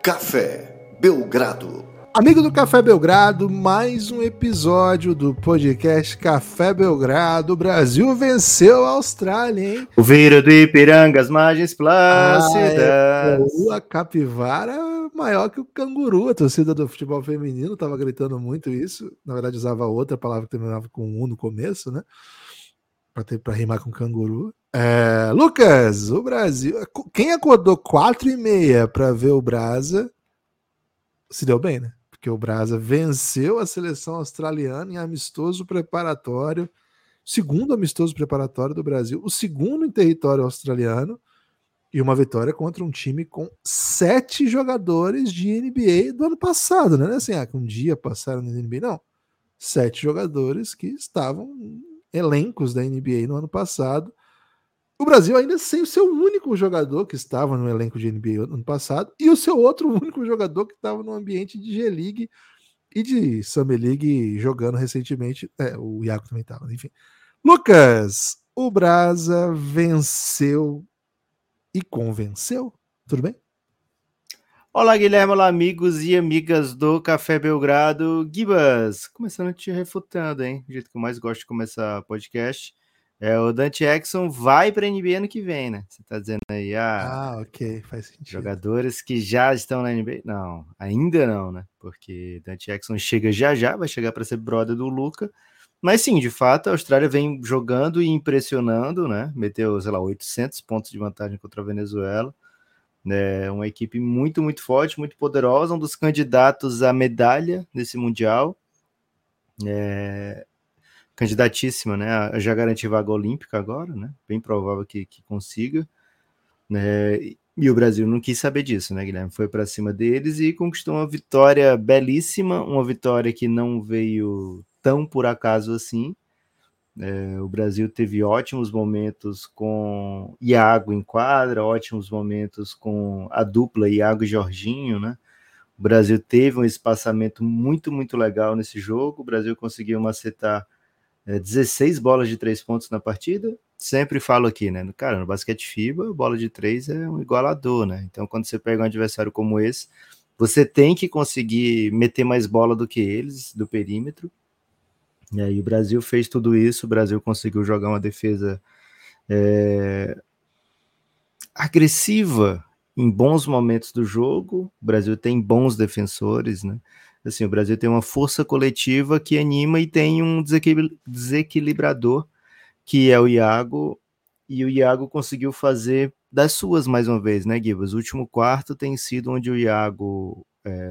Café Belgrado. Amigo do Café Belgrado, mais um episódio do podcast Café Belgrado. O Brasil venceu a Austrália, hein? O Vira do Ipiranga, as margens plácidas. A capivara maior que o canguru. A torcida do futebol feminino estava gritando muito isso. Na verdade, usava outra palavra que terminava com um no começo, né? Para rimar com canguru. Lucas, o Brasil... Quem acordou 4h30 para ver o Brasa se deu bem, né? Porque o Brasa venceu a seleção australiana em amistoso preparatório, segundo amistoso preparatório do Brasil, o segundo em território australiano, e uma vitória contra um time com 7 jogadores de NBA do ano passado, né? Assim, que um dia passaram na NBA, não. 7 jogadores que estavam em elencos da NBA no ano passado. O Brasil ainda sem o seu único jogador que estava no elenco de NBA no ano passado e o seu outro único jogador que estava no ambiente de G-League e de Summer League jogando recentemente. O Iago também estava, enfim. Lucas, o Brasa venceu e convenceu? Tudo bem? Olá, Guilherme, olá, amigos e amigas do Café Belgrado. Gibas, começando te refutando, hein? O jeito que eu mais gosto de começar podcast. O Dante Exum vai para a NBA ano que vem, né? Você tá dizendo aí, ok, faz sentido. Jogadores que já estão na NBA? Não, ainda não, né? Porque Dante Exum chega já, vai chegar para ser brother do Luka. Mas sim, de fato, a Austrália vem jogando e impressionando, né? Meteu, 800 pontos de vantagem contra a Venezuela. É uma equipe muito, muito forte, muito poderosa, um dos candidatos à medalha nesse Mundial. Candidatíssima, né? A já garantir vaga olímpica agora, né? Bem provável que consiga. E o Brasil não quis saber disso, né, Guilherme? Foi para cima deles e conquistou uma vitória belíssima, uma vitória que não veio tão por acaso assim. O Brasil teve ótimos momentos com Iago em quadra, ótimos momentos com a dupla Iago e Jorginho, né? O Brasil teve um espaçamento muito, muito legal nesse jogo. O Brasil conseguiu macetar 16 bolas de 3 pontos na partida. Sempre falo aqui, né? Cara, no basquete FIBA, bola de 3 é um igualador, né? Então, quando você pega um adversário como esse, você tem que conseguir meter mais bola do que eles, do perímetro. E aí o Brasil fez tudo isso, o Brasil conseguiu jogar uma defesa agressiva em bons momentos do jogo. O Brasil tem bons defensores, né? Assim, o Brasil tem uma força coletiva que anima e tem um desequilibrador, que é o Iago, e o Iago conseguiu fazer das suas mais uma vez, né, Gibas? O último quarto tem sido onde o Iago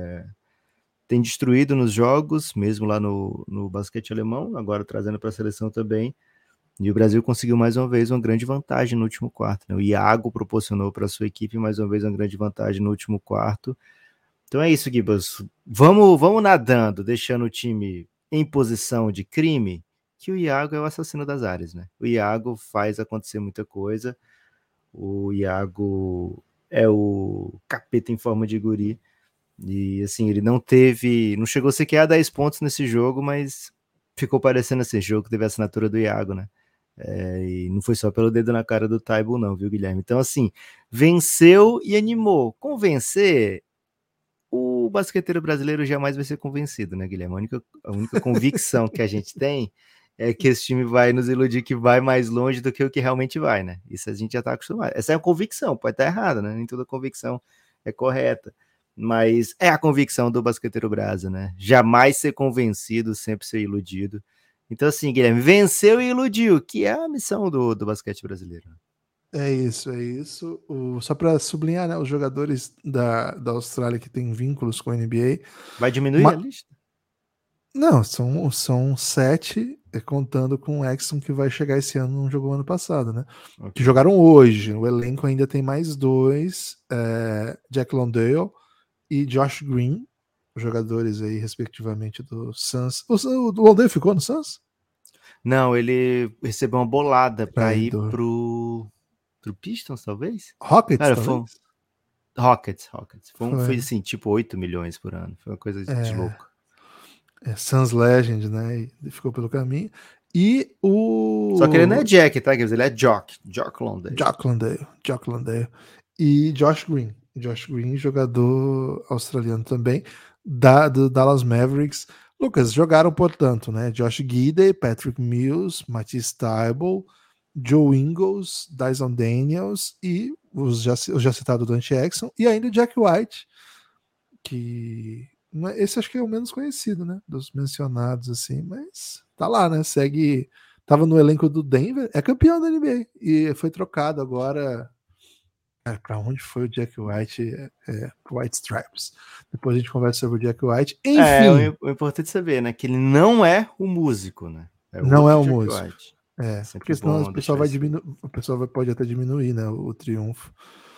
tem destruído nos jogos, mesmo lá no basquete alemão, agora trazendo para a seleção também. E o Brasil conseguiu mais uma vez uma grande vantagem no último quarto, né? O Iago proporcionou para a sua equipe mais uma vez uma grande vantagem no último quarto. Então é isso, Gibas. Vamos nadando, deixando o time em posição de crime, que o Iago é o assassino das áreas, né? O Iago faz acontecer muita coisa. O Iago é o capeta em forma de guri. E assim, ele não chegou sequer a 10 pontos nesse jogo, mas ficou parecendo esse jogo que teve a assinatura do Iago, né? E não foi só pelo dedo na cara do Taibo não, viu, Guilherme? Então assim, venceu e animou. Convencer, o basqueteiro brasileiro jamais vai ser convencido, né, Guilherme? A única convicção que a gente tem é que esse time vai nos iludir que vai mais longe do que o que realmente vai, né? Isso a gente já tá acostumado. Essa é a convicção, pode estar errada, né? Nem toda convicção é correta. Mas é a convicção do basqueteiro brasa, né? Jamais ser convencido, sempre ser iludido. Então, assim, Guilherme, venceu e iludiu, que é a missão do basquete brasileiro. É isso. Só para sublinhar, né, os jogadores da Austrália que têm vínculos com a NBA. Vai diminuir a lista? Não, são 7, contando com o Exum que vai chegar esse ano, não jogou ano passado, né? Okay. Que jogaram hoje. O elenco ainda tem mais 2, Jack Landale e Josh Green, jogadores aí, respectivamente, do Suns. O Landale ficou no Suns? Não, ele recebeu uma bolada para ir pro Pistons, talvez? Rockets, cara, talvez? Rockets. Foi assim, tipo 8 milhões por ano. Foi uma coisa de louco. Suns Legend, né? E ficou pelo caminho. E o... Só que ele não é Jack, tá? Ele é Jock Landale. Jock Landale. E Josh Green. Josh Green, jogador australiano também, do Dallas Mavericks. Lucas, jogaram, portanto, né? Josh Giddey, Patrick Mills, Matisse Thybulle, Joe Ingles, Dyson Daniels e o já citado Dante Exum, e ainda o Jack White, que esse acho que é o menos conhecido, né? Dos mencionados, assim, mas tá lá, né? Segue. Tava no elenco do Denver, é campeão da NBA e foi trocado agora. Para onde foi o Jack White? White Stripes. Depois a gente conversa sobre o Jack White. Enfim. O importante saber, né? Que ele não é o músico, né? É Não é outro o Jack músico. White. Porque senão o pessoal vai diminuir. O pessoal pode até diminuir, né? O triunfo.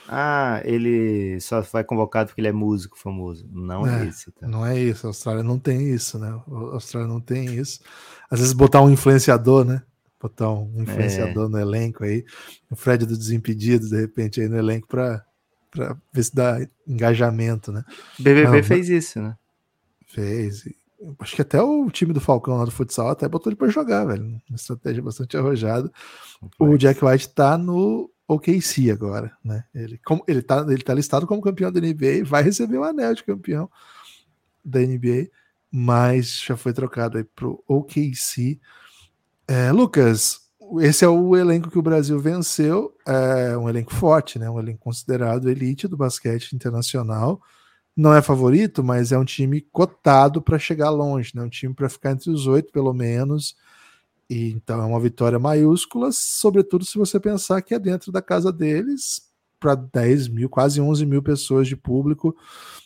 Ele só foi convocado porque ele é músico famoso. Não é esse, tá? Não é isso. A Austrália não tem isso, né? A Austrália não tem isso. Às vezes botar um influenciador, né? Botar um influenciador no elenco aí. O Fred do Desimpedidos, de repente, aí no elenco para ver se dá engajamento, né? BBB fez isso, né? Fez. Acho que até o time do Falcão lá do futsal até botou ele para jogar, velho. Uma estratégia bastante arrojada. O Jack White tá no OKC agora, né? Ele tá listado como campeão da NBA, vai receber o anel de campeão da NBA, mas já foi trocado aí pro OKC. Lucas, esse é o elenco que o Brasil venceu, um elenco forte, né? Um elenco considerado elite do basquete internacional. Não é favorito, mas é um time cotado para chegar longe, né? Um time para ficar entre os 8, pelo menos. E então é uma vitória maiúscula, sobretudo se você pensar que é dentro da casa deles, para 10 mil, quase 11 mil pessoas de público.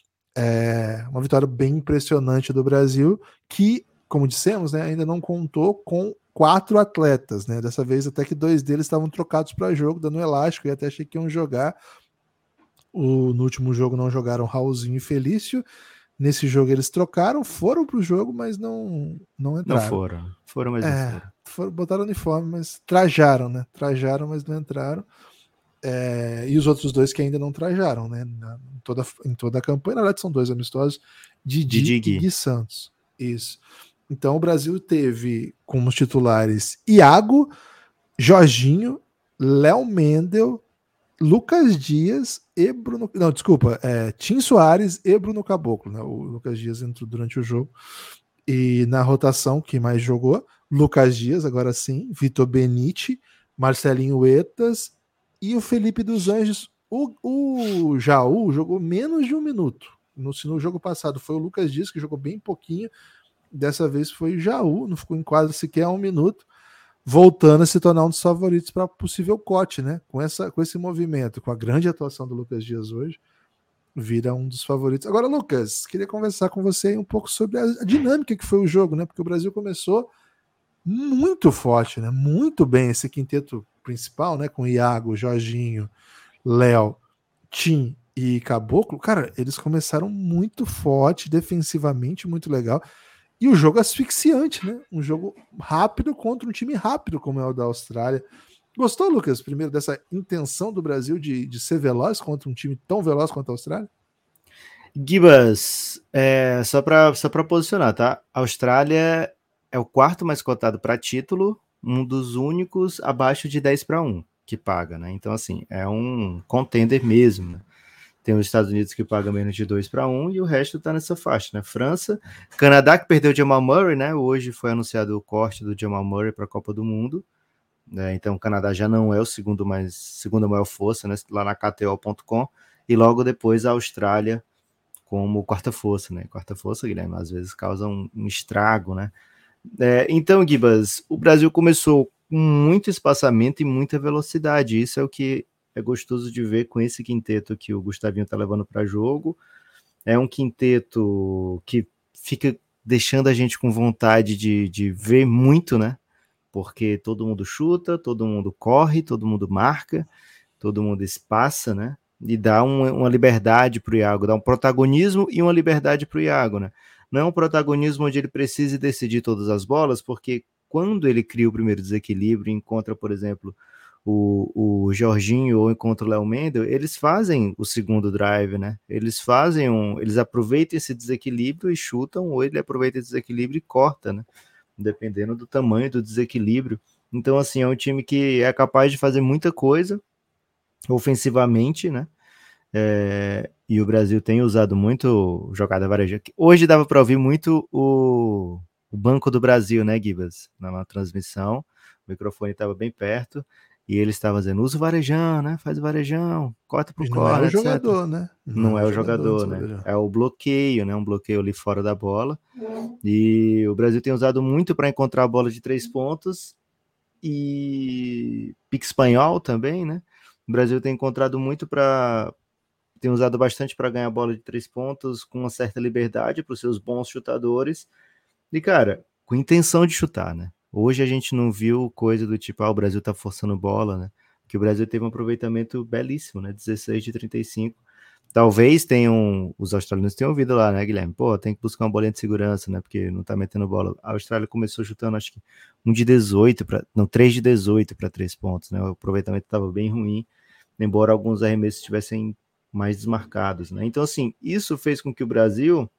É uma vitória bem impressionante do Brasil, que, como dissemos, né, ainda não contou com 4 atletas, né? Dessa vez até que 2 deles estavam trocados para jogo, dando elástico, e até achei que iam jogar. No último jogo não jogaram Raulzinho e Felício. Nesse jogo eles trocaram, foram pro jogo, mas não entraram. Não foram. Foram, mas não foram. Botaram uniforme, mas trajaram, né? Trajaram, mas não entraram. E os outros 2 que ainda não trajaram, né? Em toda a campanha. Na verdade, são 2 amistosos, Didi e Gui Santos. Isso. Então o Brasil teve como titulares Iago, Jorginho, Léo Mendel, Lucas Dias e Bruno. Não, desculpa. Tim Soares e Bruno Caboclo, né? O Lucas Dias entrou durante o jogo. E na rotação, quem mais jogou? Lucas Dias, agora sim. Vitor Benite, Marcelinho Huertas e o Felipe dos Anjos. O Jaú jogou menos de 1 minuto. No jogo passado foi o Lucas Dias, que jogou bem pouquinho. Dessa vez foi o Jaú, não ficou em quadra sequer 1 minuto. Voltando a se tornar um dos favoritos para possível corte, né? Com esse movimento, com a grande atuação do Lucas Dias hoje, vira um dos favoritos. Agora, Lucas, queria conversar com você um pouco sobre a dinâmica que foi o jogo, né? Porque o Brasil começou muito forte, né? Muito bem esse quinteto principal, né? Com Iago, Jorginho, Léo, Tim e Caboclo. Cara, eles começaram muito forte, defensivamente, muito legal. E o jogo asfixiante, né? Um jogo rápido contra um time rápido, como é o da Austrália. Gostou, Lucas, primeiro dessa intenção do Brasil de ser veloz contra um time tão veloz quanto a Austrália? Gibas, só para posicionar, tá? A Austrália é o 4º mais cotado para título, um dos únicos abaixo de 10-1 que paga, né? Então, assim, é um contender mesmo, né? Tem os Estados Unidos que paga menos de 2-1 e o resto tá nessa faixa, né? França, Canadá que perdeu o Jamal Murray, né? Hoje foi anunciado o corte do Jamal Murray para a Copa do Mundo, né? Então o Canadá já não é o segunda maior força, né? Lá na KTO.com, e logo depois a Austrália como quarta força, né? Quarta força, Guilherme, às vezes causa um estrago, né? Então, Gibas, o Brasil começou com muito espaçamento e muita velocidade. Isso é o que é gostoso de ver com esse quinteto que o Gustavinho tá levando para jogo. É um quinteto que fica deixando a gente com vontade de ver muito, né? Porque todo mundo chuta, todo mundo corre, todo mundo marca, todo mundo espaça, né? E dá uma liberdade para o Iago, dá um protagonismo e uma liberdade para o Iago, né? Não é um protagonismo onde ele precise decidir todas as bolas, porque quando ele cria o primeiro desequilíbrio, encontra, por exemplo, o Jorginho ou encontra o Léo Mendel, eles fazem o segundo drive, né? Eles aproveitam esse desequilíbrio e chutam, ou ele aproveita esse desequilíbrio e corta, né? Dependendo do tamanho do desequilíbrio. Então, assim, é um time que é capaz de fazer muita coisa ofensivamente, né? E o Brasil tem usado muito jogada varejo. Hoje dava para ouvir muito o Banco do Brasil, né, Gibas? Na transmissão, o microfone estava bem perto e eles estavam dizendo: usa o varejão, né? Faz o varejão, corta pro E não é corner, o etc. jogador, né? Não Não é é o o jogador jogador, do né? varejão. É o bloqueio, né? Um bloqueio ali fora da bola. E o Brasil tem usado muito para encontrar a bola de 3 pontos e pique espanhol também, né? O Brasil tem encontrado muito para tem usado bastante para ganhar bola de 3 pontos com uma certa liberdade para os seus bons chutadores e, cara, com intenção de chutar, né? Hoje a gente não viu coisa do tipo, o Brasil tá forçando bola, né? Que o Brasil teve um aproveitamento belíssimo, né? 16 de 35. Talvez os australianos tenham ouvido lá, né, Guilherme? Pô, tem que buscar uma bolinha de segurança, né? Porque não tá metendo bola. A Austrália começou chutando, acho que 3 de 18 para 3 pontos, né? O aproveitamento estava bem ruim, embora alguns arremessos estivessem mais desmarcados, né? Então, assim, isso fez com que o Brasil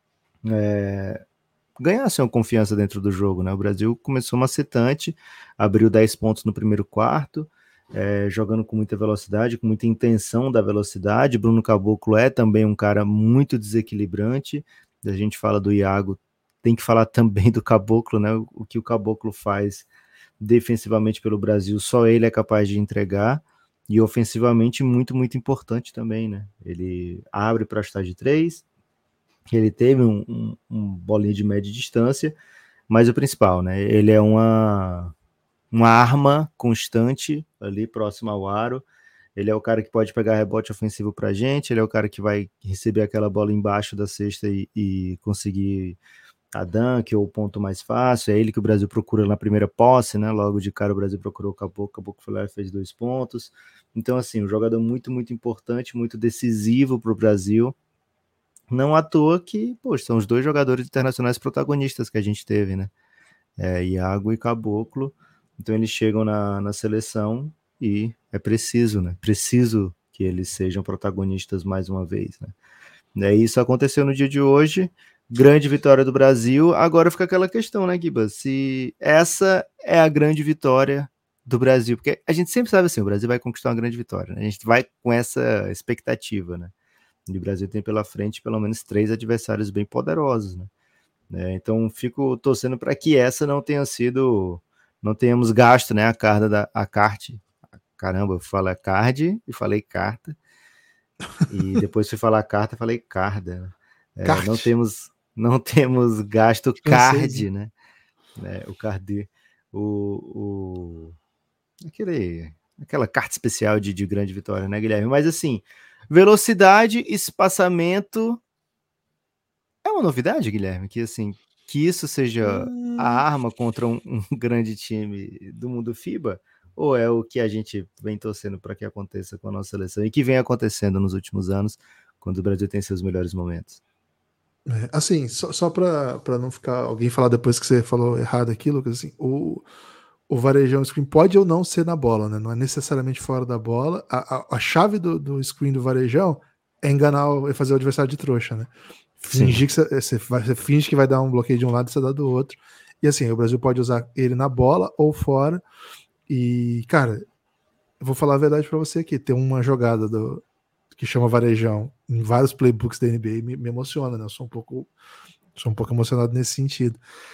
ganhasse uma confiança dentro do jogo, né? O Brasil começou macetante, abriu 10 pontos no primeiro quarto, jogando com muita velocidade, com muita intenção da velocidade. Bruno Caboclo é também um cara muito desequilibrante. A gente fala do Iago, tem que falar também do Caboclo, né? O que o Caboclo faz defensivamente pelo Brasil, só ele é capaz de entregar. E ofensivamente, muito, muito importante também, né? Ele abre para chutar de 3, ele teve um bolinho de média distância, mas o principal, né? Ele é uma arma constante ali próximo ao aro. Ele é o cara que pode pegar rebote ofensivo pra gente, ele é o cara que vai receber aquela bola embaixo da cesta e conseguir a dunk ou o ponto mais fácil. É ele que o Brasil procura na primeira posse, né? Logo de cara o Brasil procurou o Caboclo foi lá e fez 2 pontos. Então, assim, um jogador muito, muito importante, muito decisivo para o Brasil. Não à toa que, poxa, são os 2 jogadores internacionais protagonistas que a gente teve, né? Iago e Caboclo. Então eles chegam na seleção e é preciso, né? Preciso que eles sejam protagonistas mais uma vez, né? Isso aconteceu no dia de hoje. Grande vitória do Brasil. Agora fica aquela questão, né, Guiba? Se essa é a grande vitória do Brasil, porque a gente sempre sabe assim, o Brasil vai conquistar uma grande vitória, né? A gente vai com essa expectativa, né? E o Brasil tem pela frente pelo menos 3 adversários bem poderosos, né? Então fico torcendo para que essa não tenhamos gasto, né, a carte. Caramba, eu falei card e falei carta. E depois fui falar carta, falei carda. Kart. Não temos gasto Francês, card, hein? né? O card, o aquela carta especial de grande vitória, né, Guilherme? Mas assim, velocidade, espaçamento é uma novidade, Guilherme, que assim, que isso seja a arma contra um grande time do mundo FIBA, ou é o que a gente vem torcendo para que aconteça com a nossa seleção e que vem acontecendo nos últimos anos, quando o Brasil tem seus melhores momentos? Assim, só para não ficar alguém falar depois que você falou errado aqui, Lucas, assim, o varejão screen pode ou não ser na bola, né? Não é necessariamente fora da bola. A chave do screen do varejão é é fazer o adversário de trouxa, né? Sim. Fingir que você finge que vai dar um bloqueio de um lado e você dá do outro. E assim, o Brasil pode usar ele na bola ou fora. E, cara, eu vou falar a verdade para você aqui. Tem uma jogada que chama varejão em vários playbooks da NBA me emociona, né? Eu sou um pouco emocionado nesse sentido.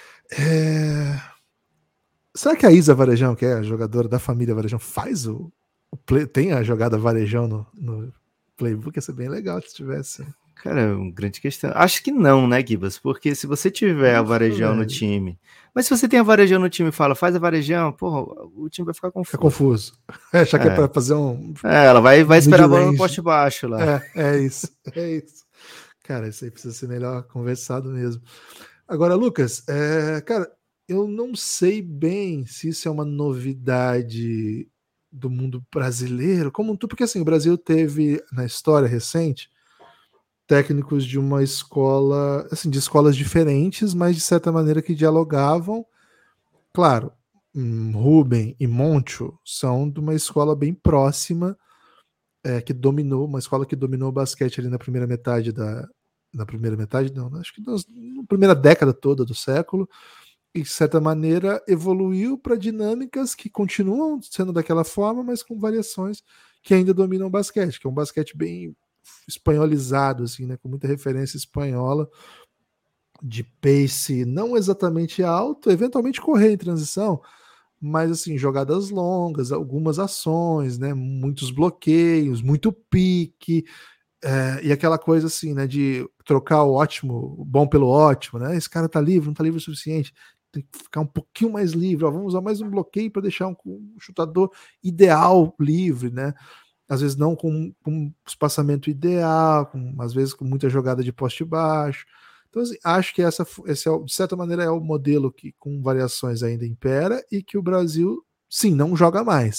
Será que a Isa Varejão, que é a jogadora da família Varejão, faz tem a jogada Varejão no playbook? Ia ser bem legal se tivesse. Cara, é uma grande questão. Acho que não, né, Gibas? Porque se você tiver a Porra, varejão no velho. time, mas se você tem a varejão no time e fala, faz a varejão, porra, o time vai ficar Fica confuso. confuso. Achar que é É, pra fazer um ela vai esperar a bola no mid-range. poste baixo lá. É isso. É isso. Cara, isso aí precisa ser melhor conversado mesmo. Agora, Lucas, cara, eu não sei bem se isso é uma novidade do mundo brasileiro, como um todo, porque assim, o Brasil teve na história recente técnicos de uma escola, assim, de escolas diferentes, mas de certa maneira que dialogavam. Claro, Rubem e Moncho são de uma escola bem próxima, que dominou, uma escola que dominou o basquete ali na primeira metade na primeira metade, não, acho que na primeira década toda do século, e de certa maneira evoluiu para dinâmicas que continuam sendo daquela forma, mas com variações que ainda dominam o basquete, que é um basquete bem espanholizado, assim, né? Com muita referência espanhola, de pace não exatamente alto, eventualmente correr em transição, mas assim, jogadas longas, algumas ações, né? Muitos bloqueios, muito pique, e aquela coisa assim, né? De trocar o bom pelo ótimo, né? Esse cara tá livre, não tá livre o suficiente, tem que ficar um pouquinho mais livre, ó, vamos usar mais um bloqueio para deixar um chutador ideal livre, né? Às vezes não com espaçamento ideal, às vezes com muita jogada de poste baixo. Então, assim, acho que esse de certa maneira, é o modelo que, com variações, ainda impera e que o Brasil, sim, não joga mais.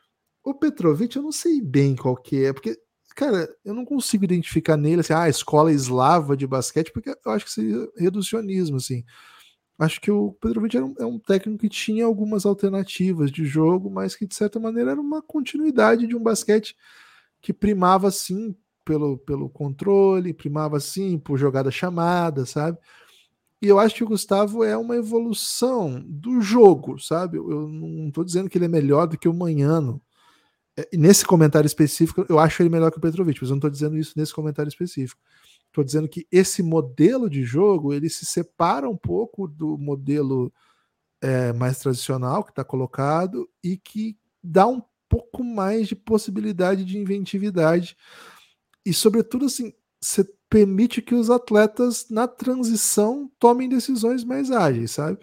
O Petrovic, eu não sei bem qual que é, porque, cara, eu não consigo identificar nele, assim, a escola eslava de basquete, porque eu acho que seria reducionismo, assim. Acho que o Petrovic é um técnico que tinha algumas alternativas de jogo, mas que, de certa maneira, era uma continuidade de um basquete que primava, sim, pelo controle, primava, sim, por jogada chamada, sabe? E eu acho que o Gustavo é uma evolução do jogo, sabe? Eu não estou dizendo que ele é melhor do que o Manhano. E nesse comentário específico, eu acho ele melhor que o Petrovic, mas eu não estou dizendo isso nesse comentário específico. Estou dizendo que esse modelo de jogo, ele se separa um pouco do modelo mais tradicional que está colocado e que dá um pouco mais de possibilidade de inventividade e, sobretudo, assim, você permite que os atletas na transição tomem decisões mais ágeis, sabe?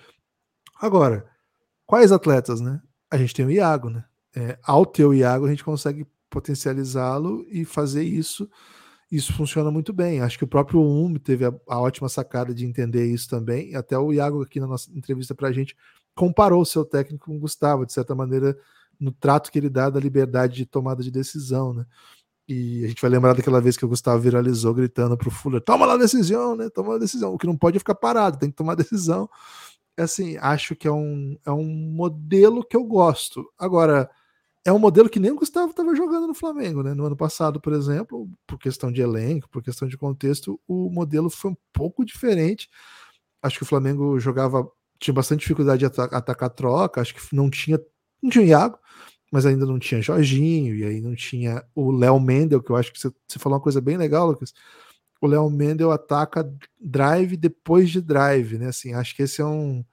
Agora, quais atletas, né? A gente tem o Iago, né? Ao ter o Iago, a gente consegue potencializá-lo e fazer isso. Isso funciona muito bem. Acho que o próprio teve a ótima sacada de entender isso também. Até o Iago, aqui na nossa entrevista para a gente, comparou o seu técnico com o Gustavo, de certa maneira, no trato que ele dá da liberdade de tomada de decisão, né? E a gente vai lembrar daquela vez que o Gustavo viralizou gritando pro Fuller: toma lá a decisão, né? Toma a decisão. O que não pode é ficar parado, tem que tomar a decisão. Assim, acho que é um modelo que eu gosto. Agora, é um modelo que nem o Gustavo estava jogando no Flamengo, né? No ano passado, por exemplo, por questão de elenco, por questão de contexto, o modelo foi um pouco diferente. Acho que o Flamengo tinha bastante dificuldade de atacar troca, acho que não tinha o Iago, mas ainda não tinha Jorginho, e aí não tinha o Léo Mendel, que eu acho que você falou uma coisa bem legal, Lucas. O Léo Mendel ataca drive depois de drive, né? Assim, acho que esse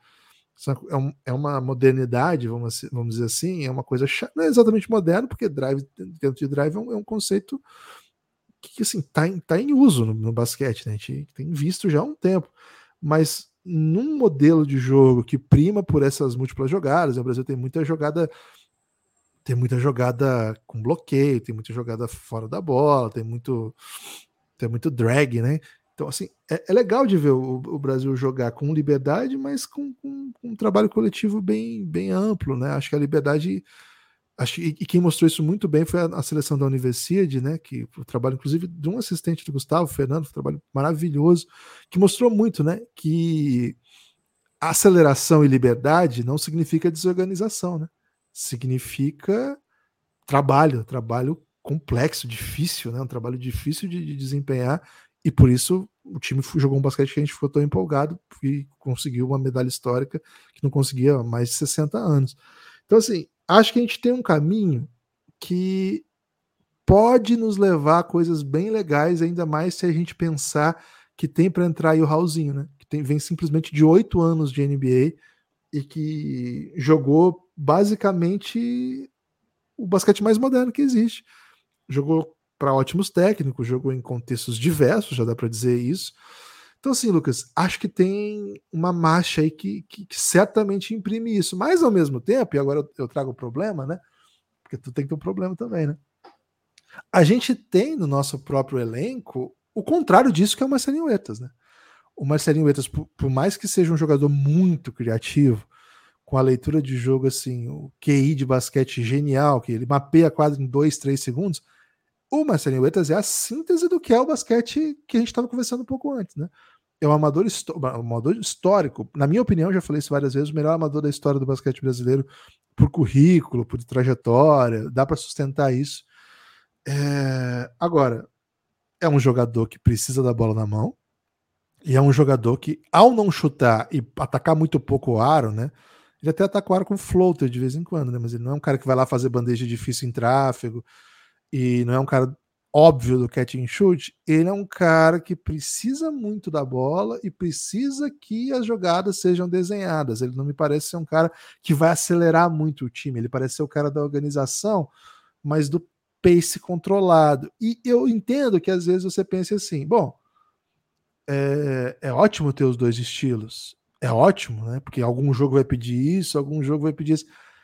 é uma modernidade, vamos dizer assim, é uma coisa não é exatamente moderno, porque drive, dentro de drive é um conceito que assim, tá em uso no basquete, né? A gente tem visto já há um tempo, mas num modelo de jogo que prima por essas múltiplas jogadas, o Brasil tem muita jogada com bloqueio, tem muita jogada fora da bola, tem muito drag, né? Então, assim, é legal de ver o Brasil jogar com liberdade, mas com um trabalho coletivo bem amplo, né? Acho que a liberdade. E quem mostrou isso muito bem foi a seleção da Universidade, né? Que o trabalho, inclusive, de um assistente do Gustavo, Fernando, foi um trabalho maravilhoso, que mostrou muito, né? Que aceleração e liberdade não significa desorganização, né? Significa trabalho complexo, difícil, né? Um trabalho difícil de desempenhar, e por isso o time jogou um basquete que a gente ficou tão empolgado e conseguiu uma medalha histórica que não conseguia há mais de 60 anos. Então, assim, acho que a gente tem um caminho que pode nos levar a coisas bem legais, ainda mais se a gente pensar que tem para entrar aí o Raulzinho, né? Que vem simplesmente de 8 anos de NBA e que jogou basicamente o basquete mais moderno que existe. Jogou para ótimos técnicos, jogou em contextos diversos, já dá para dizer isso. Então, assim, Lucas, acho que tem uma marcha aí que certamente imprime isso. Mas, ao mesmo tempo, e agora eu trago o problema, né? Porque tu tem que ter um problema também, né? A gente tem no nosso próprio elenco o contrário disso, que é o Marcelinho Huertas, né? O Marcelinho Huertas, por mais que seja um jogador muito criativo, com a leitura de jogo, assim, o QI de basquete genial, que ele mapeia a quadra em 2, 3 segundos, o Marcelinho Huertas é a síntese do que é o basquete que a gente estava conversando um pouco antes, né? É um amador histórico. Na minha opinião, já falei isso várias vezes, o melhor amador da história do basquete brasileiro, por currículo, por trajetória, dá para sustentar isso. Agora, é um jogador que precisa da bola na mão, e é um jogador que, ao não chutar e atacar muito pouco o aro, né? Ele até ataca o aro com floater de vez em quando, né? Mas ele não é um cara que vai lá fazer bandeja difícil em tráfego, e não é um cara óbvio do catch and shoot, ele é um cara que precisa muito da bola e precisa que as jogadas sejam desenhadas. Ele não me parece ser um cara que vai acelerar muito o time, ele parece ser o cara da organização, mas do pace controlado. E eu entendo que às vezes você pense assim, bom, é ótimo ter os dois estilos, é ótimo, né? Porque algum jogo vai pedir isso, algum jogo vai pedir isso.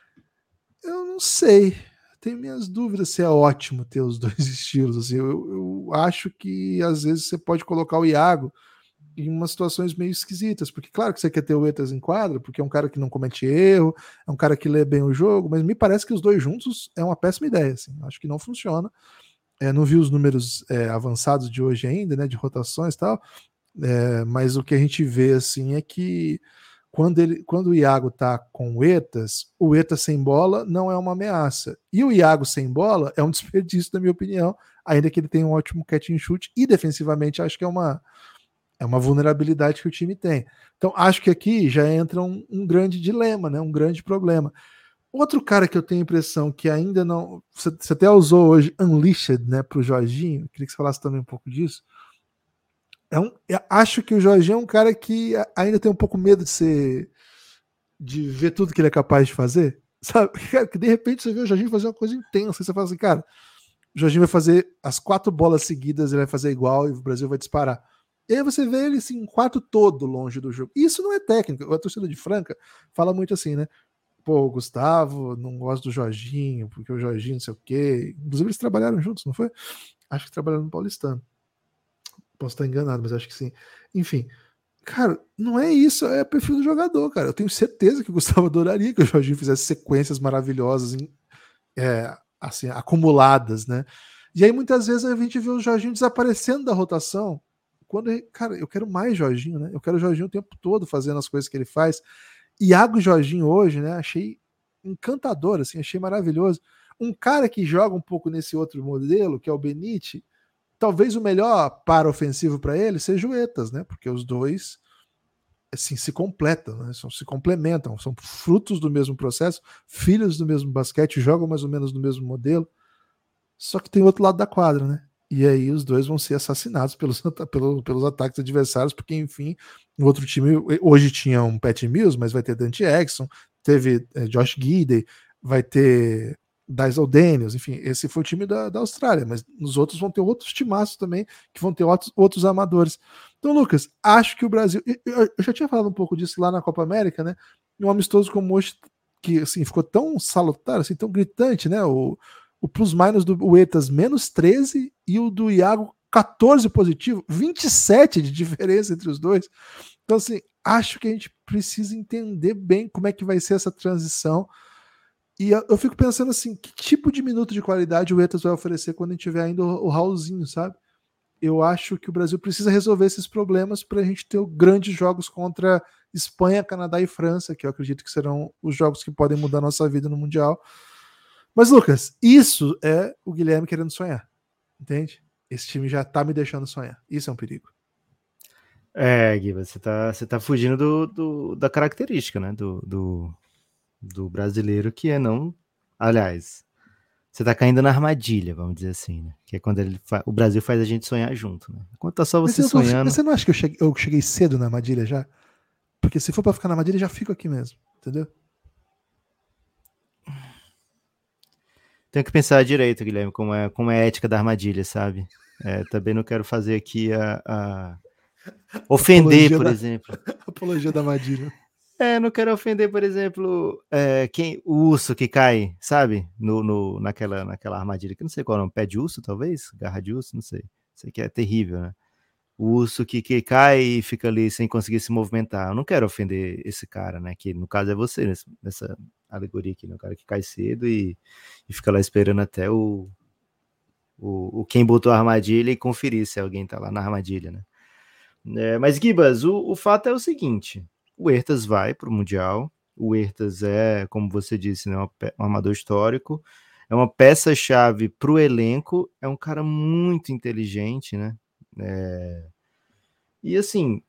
Eu não sei, tenho minhas dúvidas se é ótimo ter os dois estilos. Assim, eu acho que às vezes você pode colocar o Iago em umas situações meio esquisitas, porque claro que você quer ter o Etas em quadra, porque é um cara que não comete erro, é um cara que lê bem o jogo, mas me parece que os dois juntos é uma péssima ideia, assim, acho que não funciona. Não vi os números avançados de hoje ainda, né, de rotações e tal, mas o que a gente vê assim é que quando o Iago tá com o Etas sem bola não é uma ameaça. E o Iago sem bola é um desperdício, na minha opinião, ainda que ele tenha um ótimo catch and shoot, e defensivamente acho que é uma vulnerabilidade que o time tem. Então acho que aqui já entra um grande dilema, né? Um grande problema. Outro cara que eu tenho a impressão que ainda não. Você até usou hoje Unleashed, né, para o Jorginho. Queria que você falasse também um pouco disso. Eu acho que o Jorginho é um cara que ainda tem um pouco medo de ver tudo que ele é capaz de fazer. Sabe? Cara, que de repente você vê o Jorginho fazer uma coisa intensa. E você fala assim, cara, o Jorginho vai fazer as 4 bolas seguidas, ele vai fazer igual e o Brasil vai disparar. E aí você vê ele assim, um quarto todo longe do jogo. Isso não é técnica. A torcida de Franca fala muito assim, né? Pô, o Gustavo não gosta do Jorginho, porque o Jorginho não sei o quê. Inclusive eles trabalharam juntos, não foi? Acho que trabalharam no Paulistano. Posso estar enganado, mas acho que sim. Enfim, cara, não é isso, é perfil do jogador, cara. Eu tenho certeza que o Gustavo adoraria que o Jorginho fizesse sequências maravilhosas, assim, acumuladas, né? E aí muitas vezes a gente vê o Jorginho desaparecendo da rotação. Cara, eu quero mais Jorginho, né? Eu quero o Jorginho o tempo todo fazendo as coisas que ele faz. Iago e Jorginho hoje, né? Achei encantador, assim, achei maravilhoso. Um cara que joga um pouco nesse outro modelo, que é o Benite, talvez o melhor para ofensivo para ele seja o Etas, né? Porque os dois assim se completam, né? Se complementam, são frutos do mesmo processo, filhos do mesmo basquete, jogam mais ou menos no mesmo modelo. Só que tem o outro lado da quadra, né? E aí os dois vão ser assassinados pelos ataques adversários, porque, enfim, o outro time hoje tinha um Pat Mills, mas vai ter Dante Exxon, teve Josh Giddey, vai ter Dysel Daniels, enfim, esse foi o time da Austrália, mas nos outros vão ter outros timaços também, que vão ter outros amadores. Então, Lucas, acho que o Brasil, eu já tinha falado um pouco disso lá na Copa América, né? Um amistoso como hoje, que assim, ficou tão salutar, assim, tão gritante, né? O plus-minus do Etas menos 13 e o do Iago 14 positivo, 27 de diferença entre os dois. Então, assim, acho que a gente precisa entender bem como é que vai ser essa transição. E eu fico pensando assim, que tipo de minuto de qualidade o Etas vai oferecer quando a gente tiver ainda o Raulzinho, sabe? Eu acho que o Brasil precisa resolver esses problemas para a gente ter grandes jogos contra Espanha, Canadá e França, que eu acredito que serão os jogos que podem mudar a nossa vida no Mundial. Mas, Lucas, isso é o Guilherme querendo sonhar, entende? Esse time já tá me deixando sonhar. Isso é um perigo. Gui, você tá fugindo da característica, né? Do brasileiro, que é não. Aliás, você tá caindo na armadilha, vamos dizer assim, né? Que é quando o Brasil faz a gente sonhar junto, né? Enquanto tá só você Mas sonhando. você não acha que eu cheguei cedo na armadilha já? Porque se for pra ficar na armadilha, já fico aqui mesmo, entendeu? Tenho que pensar direito, Guilherme, como é a ética da armadilha, sabe? Também não quero fazer aqui a ofender, por exemplo. Apologia da armadilha. Não quero ofender, por exemplo, o urso que cai, sabe? Naquela armadilha, que não sei qual é o nome, pé de urso, talvez? Garra de urso, não sei. Isso aqui é terrível, né? O urso que cai e fica ali sem conseguir se movimentar. Eu não quero ofender esse cara, né? Que no caso é você, nessa alegoria aqui, né? O cara que cai cedo e fica lá esperando até o quem botou a armadilha e conferir se alguém tá lá na armadilha, né? Mas, Gibas, o fato é o seguinte: o Huertas vai para o Mundial. O Huertas é, como você disse, né, um armador histórico, é uma peça-chave para o elenco, é um cara muito inteligente, né? E assim,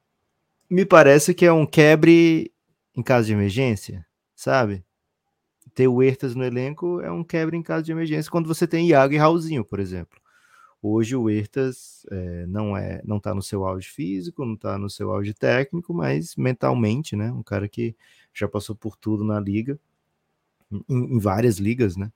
me parece que é um quebre em caso de emergência, sabe? ter o Huertas no elenco é um quebra em caso de emergência quando você tem Iago e Raulzinho, por exemplo. Hoje o Huertas não tá no seu auge físico, não tá no seu auge técnico, mas mentalmente, né? Um cara que já passou por tudo na liga, em várias ligas, né?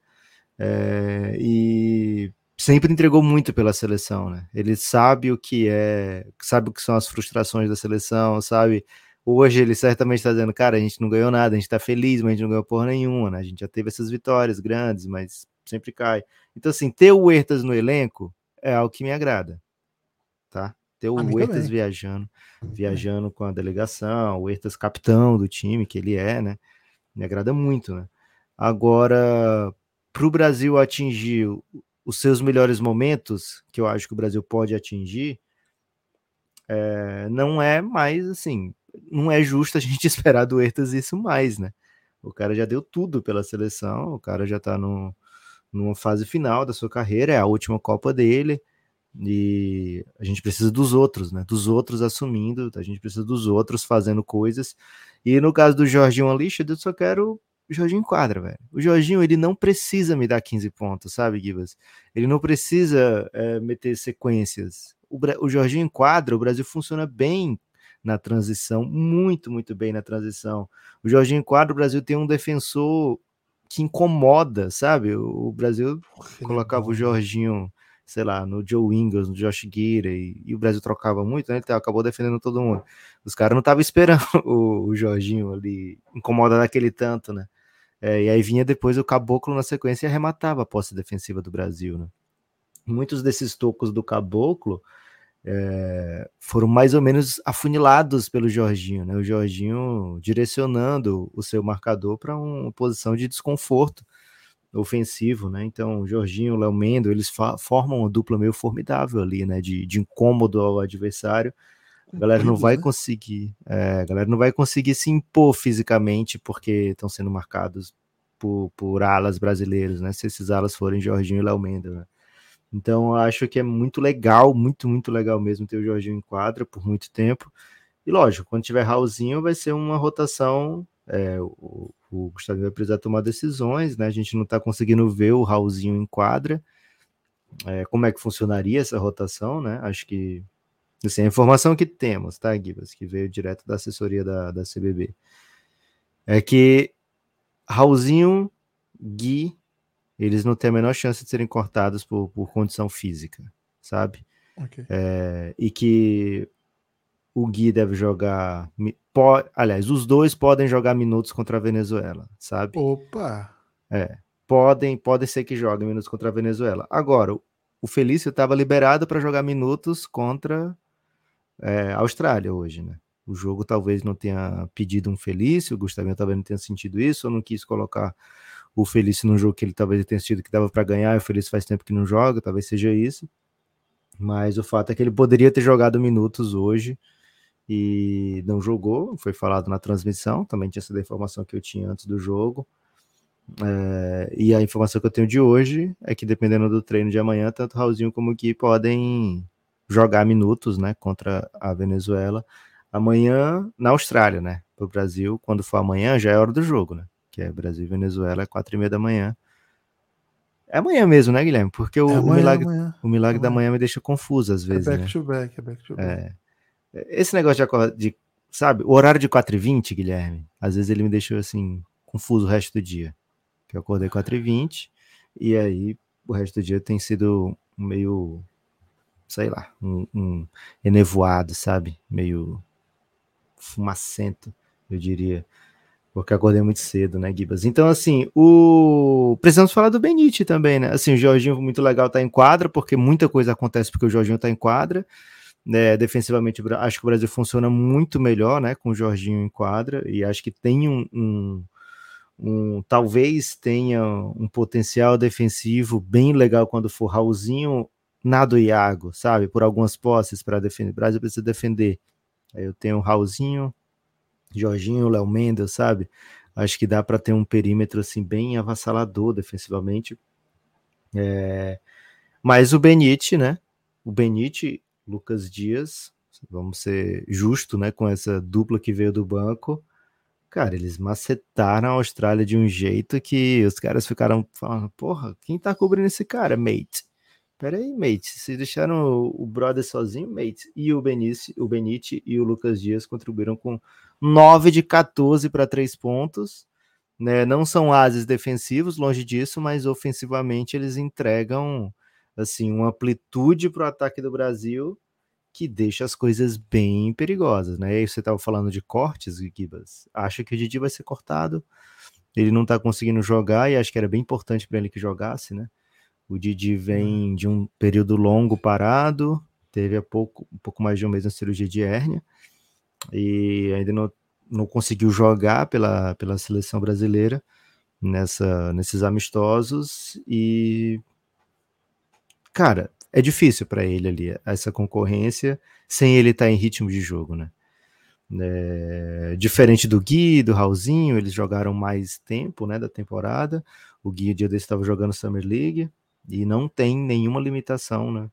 E sempre entregou muito pela seleção, né? Ele sabe sabe o que são as frustrações da seleção, sabe? Hoje ele certamente está dizendo, cara, a gente não ganhou nada, a gente tá feliz, mas a gente não ganhou porra nenhuma, né? A gente já teve essas vitórias grandes, mas sempre cai. Então, assim, ter o Huertas no elenco é algo que me agrada, tá? Ter o Huertas viajando com a delegação, o Huertas capitão do time, que ele é, né? Me agrada muito, né? Agora, para o Brasil atingir os seus melhores momentos, que eu acho que o Brasil pode atingir, não é mais assim, não é justo a gente esperar do Huertas isso mais, né? O cara já deu tudo pela seleção, o cara já tá numa fase final da sua carreira, é a última Copa dele, e a gente precisa dos outros, né? Dos outros assumindo, a gente precisa dos outros fazendo coisas. E no caso do Jorginho Alixo, eu só quero o Jorginho em quadra, velho. O Jorginho, ele não precisa me dar 15 pontos, sabe, Gibas? Ele não precisa meter sequências. O Jorginho em quadra, o Brasil funciona bem na transição, muito, muito bem na transição. O Jorginho em quadra, o Brasil tem um defensor que incomoda, sabe? O Brasil colocava o Jorginho, sei lá, no Joe Ingles, no Josh Giddey, e o Brasil trocava muito, né? Ele acabou defendendo todo mundo. Os caras não estavam esperando o Jorginho ali incomodar daquele tanto, né? E aí vinha depois o Caboclo na sequência e arrematava a posse defensiva do Brasil, né? Muitos desses tocos do Caboclo foram mais ou menos afunilados pelo Jorginho, né? O Jorginho direcionando o seu marcador para uma posição de desconforto ofensivo, né? Então, o Jorginho, o Léo Mendo, eles formam uma dupla meio formidável ali, né? De incômodo ao adversário. A galera não vai conseguir, a galera não vai conseguir se impor fisicamente porque estão sendo marcados por alas brasileiros, né? Se esses alas forem Jorginho e Léo Mendo, né? Então, eu acho que é muito legal, muito, muito legal mesmo ter o Jorginho em quadra por muito tempo. E lógico, quando tiver Raulzinho, vai ser uma rotação. O Gustavo vai precisar tomar decisões, né? A gente não está conseguindo ver o Raulzinho em quadra. Como é que funcionaria essa rotação, né? Acho que assim, a informação que temos, tá, Gibas, que veio direto da assessoria da CBB, é que Raulzinho, Gui, eles não têm a menor chance de serem cortados por condição física, sabe? Okay. E que o Gui deve jogar. Aliás, os dois podem jogar minutos contra a Venezuela, sabe? Opa! Podem ser que joguem minutos contra a Venezuela. Agora, o Felício estava liberado para jogar minutos contra a Austrália hoje, né? O jogo talvez não tenha pedido um Felício, o Gustavinho talvez não tenha sentido isso, ou não quis colocar o Felício num jogo que ele talvez tenha sentido que dava para ganhar, e o Felício faz tempo que não joga, talvez seja isso. Mas o fato é que ele poderia ter jogado minutos hoje e não jogou, foi falado na transmissão, também tinha sido a informação que eu tinha antes do jogo. E a informação que eu tenho de hoje é que, dependendo do treino de amanhã, tanto Raulzinho como o Gui podem jogar minutos, né, contra a Venezuela amanhã na Austrália, né? Para o Brasil, quando for amanhã, já é hora do jogo, né? Que é Brasil e Venezuela, é 4h30 da manhã. É amanhã mesmo, né, Guilherme? Porque o milagre da manhã me deixa confuso às vezes, back né? to back. Esse negócio sabe, o horário de 4h20, Guilherme, às vezes ele me deixa assim, confuso o resto do dia. Que eu acordei 4h20 e aí o resto do dia tem sido meio, sei lá, um enevoado, sabe? Meio fumacento, eu diria. Porque acordei muito cedo, né, Gibas? Então, assim, precisamos falar do Benite também, né? Assim, o Jorginho muito legal tá em quadra, porque muita coisa acontece porque o Jorginho tá em quadra. Né, defensivamente, acho que o Brasil funciona muito melhor, né, com o Jorginho em quadra, e acho que tem talvez tenha um potencial defensivo bem legal quando for Raulzinho na do Iago, sabe, por algumas posses para defender. O Brasil precisa defender. Aí eu tenho Raulzinho, Jorginho, Léo Mendel, sabe? Acho que dá para ter um perímetro assim bem avassalador defensivamente. Mas o Benite, né? O Benite, Lucas Dias, vamos ser justo, né, com essa dupla que veio do banco, Cara, eles macetaram a Austrália de um jeito que os caras ficaram falando, porra, quem tá cobrindo esse cara, mate? Pera aí, mate, vocês deixaram o brother sozinho, mate? E o Benite e o Lucas Dias contribuíram com 9 de 14 para 3 pontos, né? Não são ases defensivos, longe disso, mas ofensivamente eles entregam assim uma amplitude para o ataque do Brasil que deixa as coisas bem perigosas, né? E aí você estava falando de cortes, Gibas. Acho que o Didi vai ser cortado. Ele não está conseguindo jogar e acho que era bem importante para ele que jogasse, né? O Didi vem de um período longo parado, teve um pouco mais de um mês na cirurgia de hérnia e ainda não conseguiu jogar pela seleção brasileira nesses amistosos e, cara, é difícil para ele ali essa concorrência sem ele estar em ritmo de jogo, né? Diferente do Gui, do Raulzinho, eles jogaram mais tempo, né, da temporada. O Gui, o dia desse, estava jogando Summer League e não tem nenhuma limitação, né,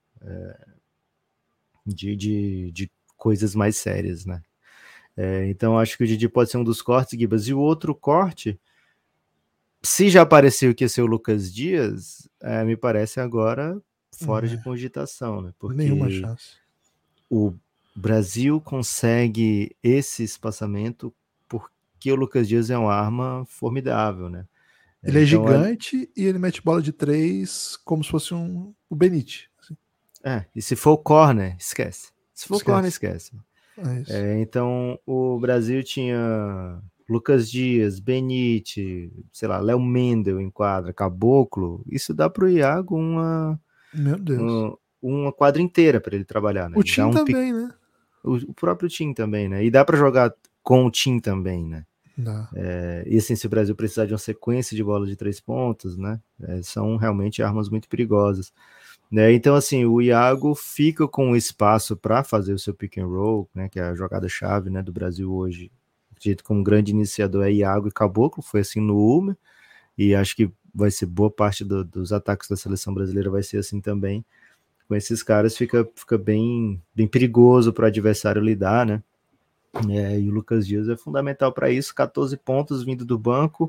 de coisas mais sérias, né. Então acho que o Didi pode ser um dos cortes, Gibas. E o outro corte, se já apareceu que ia ser o Lucas Dias, me parece agora fora de cogitação, né, Nenhuma porque chance. o Brasil consegue esse espaçamento porque o Lucas Dias é uma arma formidável, né? Ele é Então, gigante e ele mete bola de 3 como se fosse o Benite. Assim. e se for corner, esquece. Se for corner, Esquece. esquece. Então, o Brasil tinha Lucas Dias, Benite, sei lá, Léo Mendel em quadra, Caboclo. Isso dá pro Iago Meu Deus. uma quadra inteira para ele trabalhar, né? O Tim também, né? O próprio Tim também, né? E dá para jogar com o Tim também, né? Dá. E assim, se o Brasil precisar de uma sequência de bola de 3 pontos, né? São realmente armas muito perigosas. Né? Então, assim, o Iago fica com espaço para fazer o seu pick and roll, né? Que é a jogada-chave, né, do Brasil hoje. Acredito que um grande iniciador é Iago e Caboclo, foi assim no Ulmer, e acho que vai ser boa parte dos ataques da seleção brasileira vai ser assim também. Com esses caras fica bem perigoso para o adversário lidar, né? E o Lucas Dias é fundamental para isso, 14 pontos vindo do banco.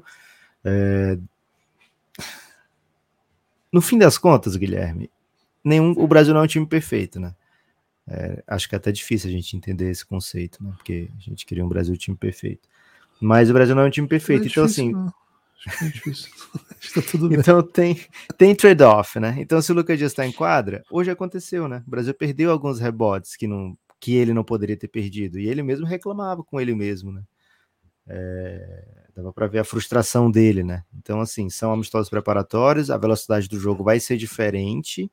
No fim das contas, Guilherme, o Brasil não é um time perfeito, né? Acho que é até difícil a gente entender esse conceito, né? Porque a gente queria um Brasil time perfeito. Mas o Brasil não é um time perfeito, não é então difícil, assim... Não. Acho que não é difícil. Acho que tá tudo bem. Então tem trade-off, né? Então se o Lucas Dias está em quadra, hoje aconteceu, né? O Brasil perdeu alguns rebotes que ele não poderia ter perdido. E ele mesmo reclamava com ele mesmo, né? Dava para ver a frustração dele, né? Então, assim, são amistosos preparatórios, a velocidade do jogo vai ser diferente.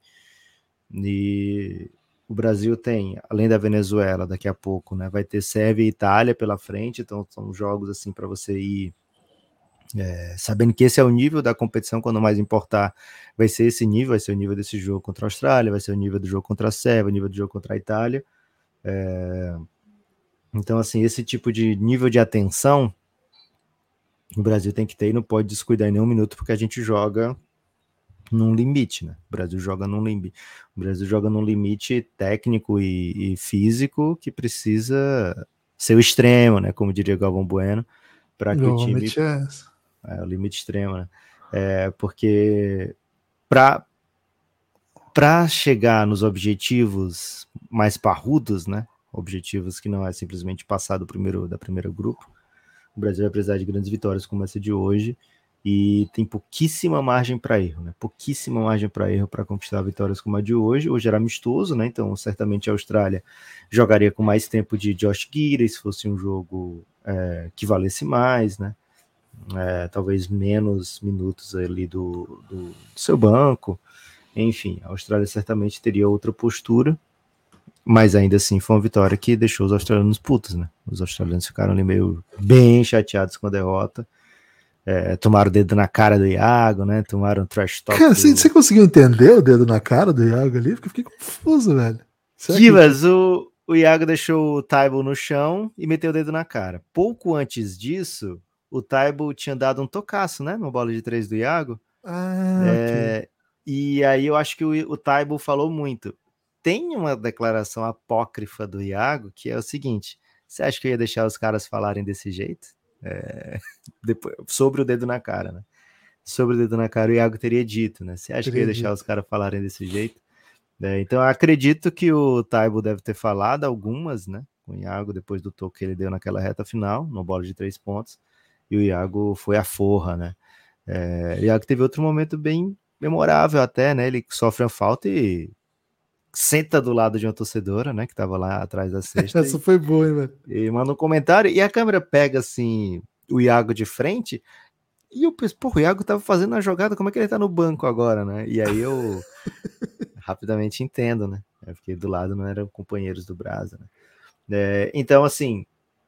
E o Brasil tem, além da Venezuela, daqui a pouco, né? Vai ter Sérvia e Itália pela frente, então são jogos assim para você ir sabendo que esse é o nível da competição, quando mais importar vai ser esse nível, vai ser o nível desse jogo contra a Austrália, vai ser o nível do jogo contra a Sérvia, o nível do jogo contra a Itália. Então, assim, esse tipo de nível de atenção o Brasil tem que ter e não pode descuidar em nenhum minuto, porque a gente joga num limite, né? O Brasil joga num limite. O Brasil joga num limite técnico e físico que precisa ser o extremo, né? Como diria Galvão Bueno, para que o time... o limite extremo, né? Porque para chegar nos objetivos mais parrudos, né? Objetivos que não é simplesmente passar da primeira grupo, o Brasil vai precisar de grandes vitórias como essa de hoje e tem pouquíssima margem para erro, né? Pouquíssima margem para erro para conquistar vitórias como a de hoje. Hoje era amistoso, né? Então certamente a Austrália jogaria com mais tempo de Josh Giddey se fosse um jogo que valesse mais, né? Talvez menos minutos ali do seu banco. Enfim, a Austrália certamente teria outra postura, mas ainda assim foi uma vitória que deixou os australianos putos, né? Os australianos ficaram ali meio bem chateados com a derrota. Tomaram o dedo na cara do Iago, né? Tomaram trash talk. Cara, você conseguiu entender o dedo na cara do Iago ali? Porque eu fiquei confuso, velho. Kivas, o Iago deixou o Taibo no chão e meteu o dedo na cara. Pouco antes disso, o Taibo tinha dado um tocaço, né? No bola de 3 do Iago. Ok. E aí eu acho que o Taibo falou muito. Tem uma declaração apócrifa do Iago que é o seguinte: você acha que eu ia deixar os caras falarem desse jeito? Depois, sobre o dedo na cara, né? Sobre o dedo na cara, o Iago teria dito, né? Você acha que ia deixar os caras falarem desse jeito? Então, eu acredito que o Taibo deve ter falado algumas, né? Com o Iago, depois do toque que ele deu naquela reta final, no bola de 3 pontos, e o Iago foi a forra, né? O Iago teve outro momento bem memorável até, né? Ele sofre a falta e senta do lado de uma torcedora, né? Que tava lá atrás da cesta. Essa foi boa, hein, velho? E manda um comentário, e a câmera pega, assim, o Iago de frente. E eu penso, pô, o Iago tava fazendo a jogada, como é que ele tá no banco agora, né? E aí eu rapidamente entendo, né? Porque do lado não eram companheiros do Brasa, né? Então, assim,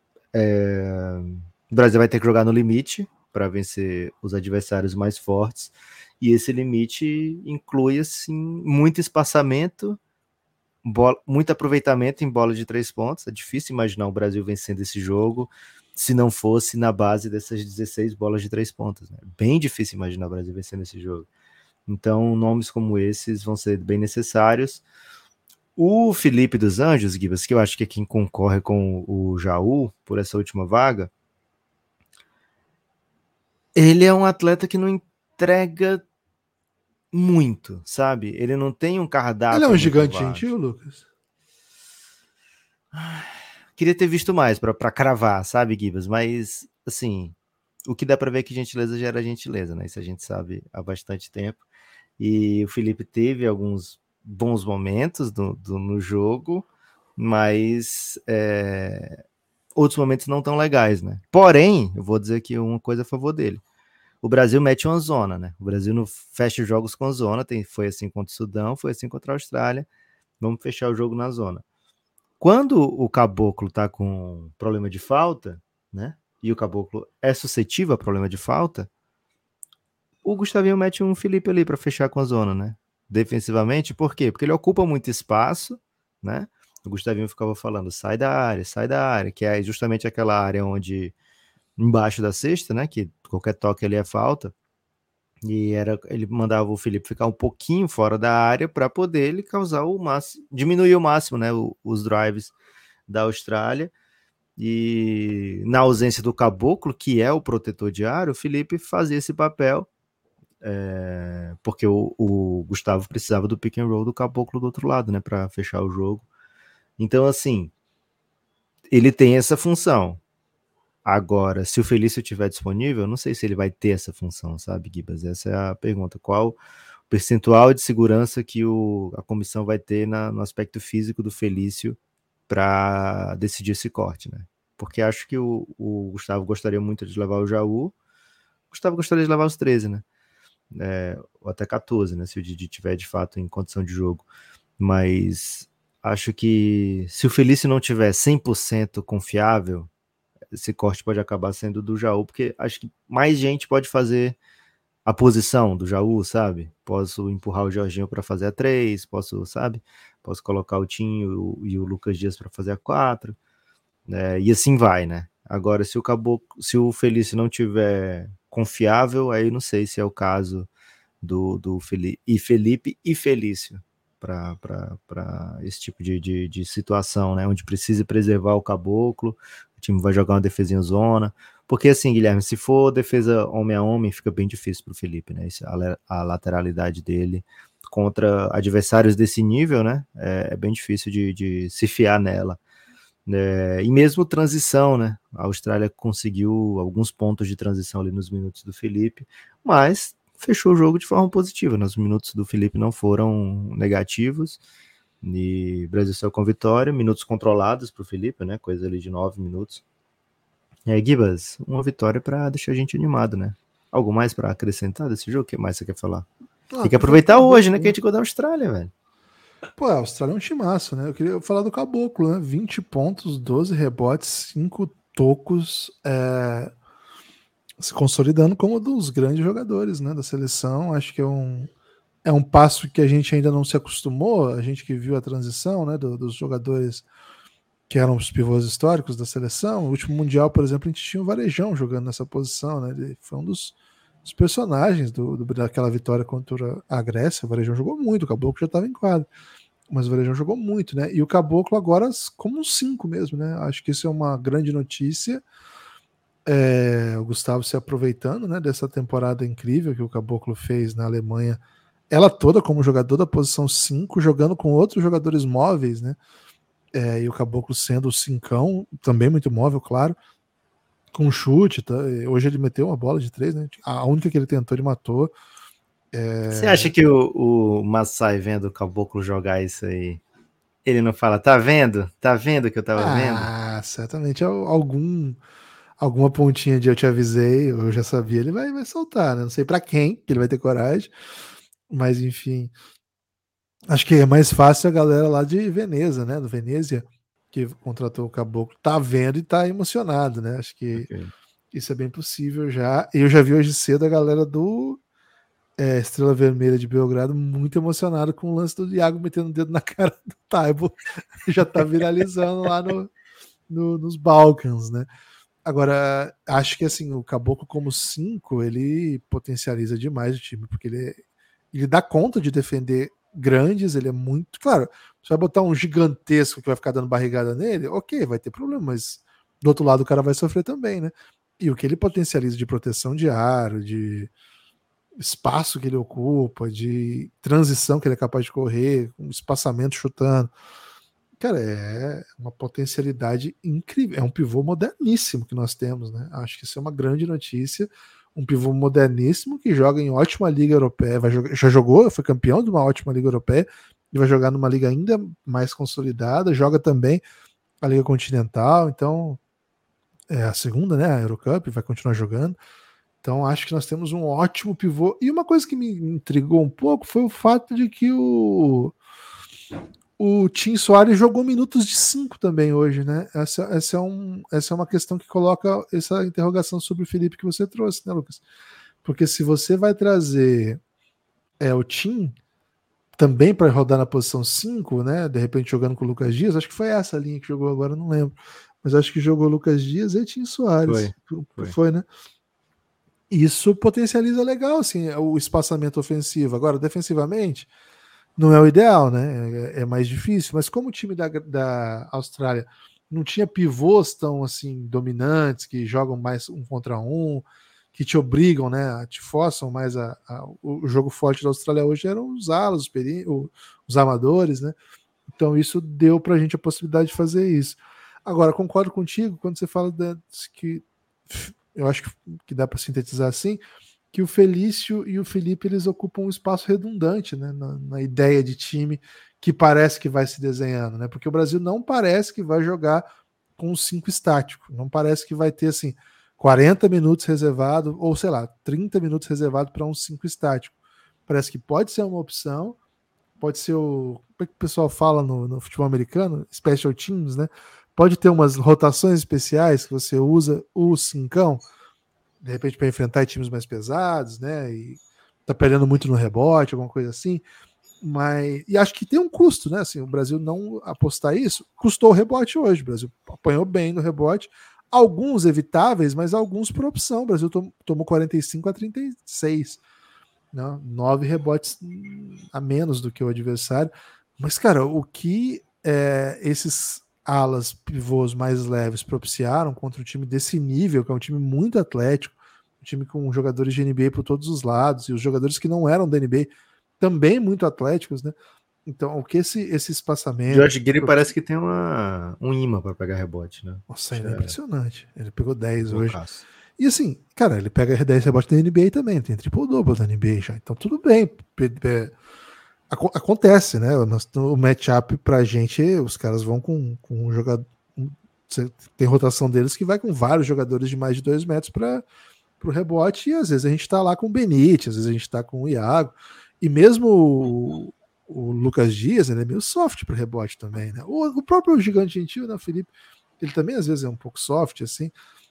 o Brasil vai ter que jogar no limite para vencer os adversários mais fortes. E esse limite inclui, assim, muito espaçamento, muito aproveitamento em bola de 3 pontos. É difícil imaginar o Brasil vencendo esse jogo se não fosse na base dessas 16 bolas de 3 pontos. Né? Bem difícil imaginar o Brasil vencendo esse jogo. Então, nomes como esses vão ser bem necessários. O Felipe dos Anjos, Gibas, que eu acho que é quem concorre com o Jaú por essa última vaga, ele é um atleta que não entrega muito, sabe? Ele não tem um cardápio. Ele é um gigante vasto. gentil, Lucas? Queria ter visto mais para cravar, sabe, Gibas? Mas, assim, o que dá para ver é que gentileza gera gentileza, né? Isso a gente sabe há bastante tempo. E o Felipe teve alguns bons momentos no jogo, mas outros momentos não tão legais, né? Porém, eu vou dizer aqui uma coisa a favor dele. O Brasil mete uma zona, né? O Brasil não fecha jogos com zona, foi assim contra o Sudão, foi assim contra a Austrália. Vamos fechar o jogo na zona. Quando o Caboclo tá com problema de falta, né? E o Caboclo é suscetível a problema de falta, o Gustavinho mete um Felipe ali para fechar com a zona, né? Defensivamente, por quê? Porque ele ocupa muito espaço, né? O Gustavinho ficava falando, sai da área, que é justamente aquela área onde, embaixo da cesta, né? Que qualquer toque ali é falta. E ele mandava o Felipe ficar um pouquinho fora da área para poder ele causar o máximo, diminuir o máximo, né? Os drives da Austrália. E na ausência do Caboclo, que é o protetor de área, o Felipe fazia esse papel. Porque o Gustavo precisava do pick and roll do Caboclo do outro lado, né, para fechar o jogo. Então, assim, ele tem essa função. Agora, se o Felício estiver disponível, eu não sei se ele vai ter essa função, sabe, Gibas? Essa é a pergunta. Qual o percentual de segurança que a comissão vai ter no aspecto físico do Felício para decidir esse corte, né? Porque acho que o Gustavo gostaria muito de levar o Jaú. O Gustavo gostaria de levar os 13, né? Ou até 14, né? Se o Didi tiver de fato em condição de jogo. Mas acho que se o Felício não tiver 100% confiável, esse corte pode acabar sendo do Jaú, porque acho que mais gente pode fazer a posição do Jaú, sabe? Posso empurrar o Jorginho para fazer a 3, posso colocar o Tinho e o Lucas Dias para fazer a 4, né? E assim vai, né? Agora, se o Felício não tiver confiável, aí não sei se é o caso do Felipe e Felício para esse tipo de situação, né? Onde precisa preservar o Caboclo, o time vai jogar uma defesinha zona. Porque assim, Guilherme, se for defesa homem a homem, fica bem difícil para o Felipe, né? A lateralidade dele contra adversários desse nível, né? É bem difícil de se fiar nela. E mesmo transição, né? A Austrália conseguiu alguns pontos de transição ali nos minutos do Felipe, mas fechou o jogo de forma positiva. Os minutos do Felipe não foram negativos. E o Brasil saiu com vitória, minutos controlados para o Felipe, né? Coisa ali de 9 minutos. Gibas, uma vitória para deixar a gente animado, né? Algo mais para acrescentar desse jogo? O que mais você quer falar? Tem que aproveitar hoje, né? Que a gente ficou da Austrália, velho. Pô, a Austrália é um timaço, né? Eu queria falar do Caboclo, né? 20 pontos, 12 rebotes, 5 tocos, se consolidando como um dos grandes jogadores, né, da seleção. Acho que é um passo que a gente ainda não se acostumou, a gente que viu a transição, né, dos jogadores que eram os pivôs históricos da seleção. No último Mundial, por exemplo, a gente tinha o Varejão jogando nessa posição, né? Ele foi um dos personagens daquela vitória contra a Grécia. O Varejão jogou muito, o Caboclo já estava em quadro, mas o Varejão jogou muito, né? E o Caboclo agora como um 5 mesmo, né? Acho que isso é uma grande notícia. O Gustavo se aproveitando, né, dessa temporada incrível que o Caboclo fez na Alemanha, ela toda como jogador da posição 5, jogando com outros jogadores móveis, né? E o Caboclo sendo o cincão, também muito móvel, claro, com chute. Tá? Hoje ele meteu uma bola de 3, né? A única que ele tentou, ele matou. Você acha que o Massai vendo o Caboclo jogar isso aí, ele não fala, tá vendo? Tá vendo que eu tava vendo? Certamente alguma pontinha de eu te avisei, eu já sabia, ele vai soltar, né? Não sei pra quem, que ele vai ter coragem, mas enfim. Acho que é mais fácil a galera lá de Veneza, né? Do Venezia, que contratou o Caboclo, tá vendo e tá emocionado, né? Acho que isso é bem possível já. Eu já vi hoje cedo a galera do Estrela Vermelha de Belgrado muito emocionado com o lance do Iago metendo o dedo na cara do Taibo. Já tá viralizando lá nos Balcãs, né? Agora, acho que assim, o Caboclo como 5, ele potencializa demais o time, porque ele dá conta de defender grandes, ele é muito. Claro, você vai botar um gigantesco que vai ficar dando barrigada nele, ok, vai ter problema, mas do outro lado o cara vai sofrer também, né? E o que ele potencializa de proteção de aro, de espaço que ele ocupa, de transição que ele é capaz de correr, um espaçamento chutando. Cara, é uma potencialidade incrível. É um pivô moderníssimo que nós temos, né? Acho que isso é uma grande notícia. Um pivô moderníssimo que joga em ótima liga europeia. Já jogou, foi campeão de uma ótima liga europeia e vai jogar numa liga ainda mais consolidada. Joga também a liga continental. Então, é a segunda, né? A Eurocup, vai continuar jogando. Então, acho que nós temos um ótimo pivô. E uma coisa que me intrigou um pouco foi o fato de que o Tim Soares jogou minutos de 5 também hoje, né? Essa é uma questão que coloca essa interrogação sobre o Felipe que você trouxe, né, Lucas? Porque se você vai trazer o Tim também para rodar na posição 5, né? De repente jogando com o Lucas Dias, acho que foi essa linha que jogou agora, não lembro. Mas acho que jogou Lucas Dias e Tim Soares. Foi, né? Isso potencializa legal, assim, o espaçamento ofensivo. Agora, defensivamente, não é o ideal, né? É mais difícil. Mas como o time da Austrália não tinha pivôs tão assim dominantes, que jogam mais um contra um, que te obrigam, né? Te forçam mais o jogo forte da Austrália hoje eram os alas, os amadores, né? Então isso deu pra gente a possibilidade de fazer isso. Agora, concordo contigo quando você fala que eu acho que dá para sintetizar assim, que o Felício e o Felipe eles ocupam um espaço redundante, né, na ideia de time que parece que vai se desenhando, né? Porque o Brasil não parece que vai jogar com um 5 estático, não parece que vai ter assim 40 minutos reservado ou sei lá, 30 minutos reservado para um 5 estático. Parece que pode ser uma opção, pode ser como é que o pessoal fala no futebol americano, special teams, né? Pode ter umas rotações especiais que você usa o cincão, de repente para enfrentar times mais pesados, né? E tá perdendo muito no rebote, alguma coisa assim. E acho que tem um custo, né? Assim, o Brasil não apostar isso, custou o rebote hoje. O Brasil apanhou bem no rebote, alguns evitáveis, mas alguns por opção. O Brasil tomou 45-36, né? 9 rebotes a menos do que o adversário. Mas, cara, o que esses alas pivôs mais leves propiciaram contra um time desse nível, que é um time muito atlético, um time com jogadores de NBA por todos os lados, e os jogadores que não eram da NBA também muito atléticos, né? Então, o que esse espaçamento... George Giri parece que tem um imã para pegar rebote, né? Nossa, é impressionante. Ele pegou 10 hoje. Loucaço. E assim, cara, ele pega 10 rebotes da NBA também, tem triple-double da NBA já. Então, tudo bem. Acontece, né? O matchup pra gente, os caras vão com um jogador. Tem rotação deles que vai com vários jogadores de mais de 2 metros para o rebote, e às vezes a gente tá lá com o Benítez, às vezes a gente tá com o Iago, e mesmo o Lucas Dias, ele é meio soft para rebote também, né? O próprio Gigante Gentil, né, Felipe, ele também às vezes é um pouco soft, assim.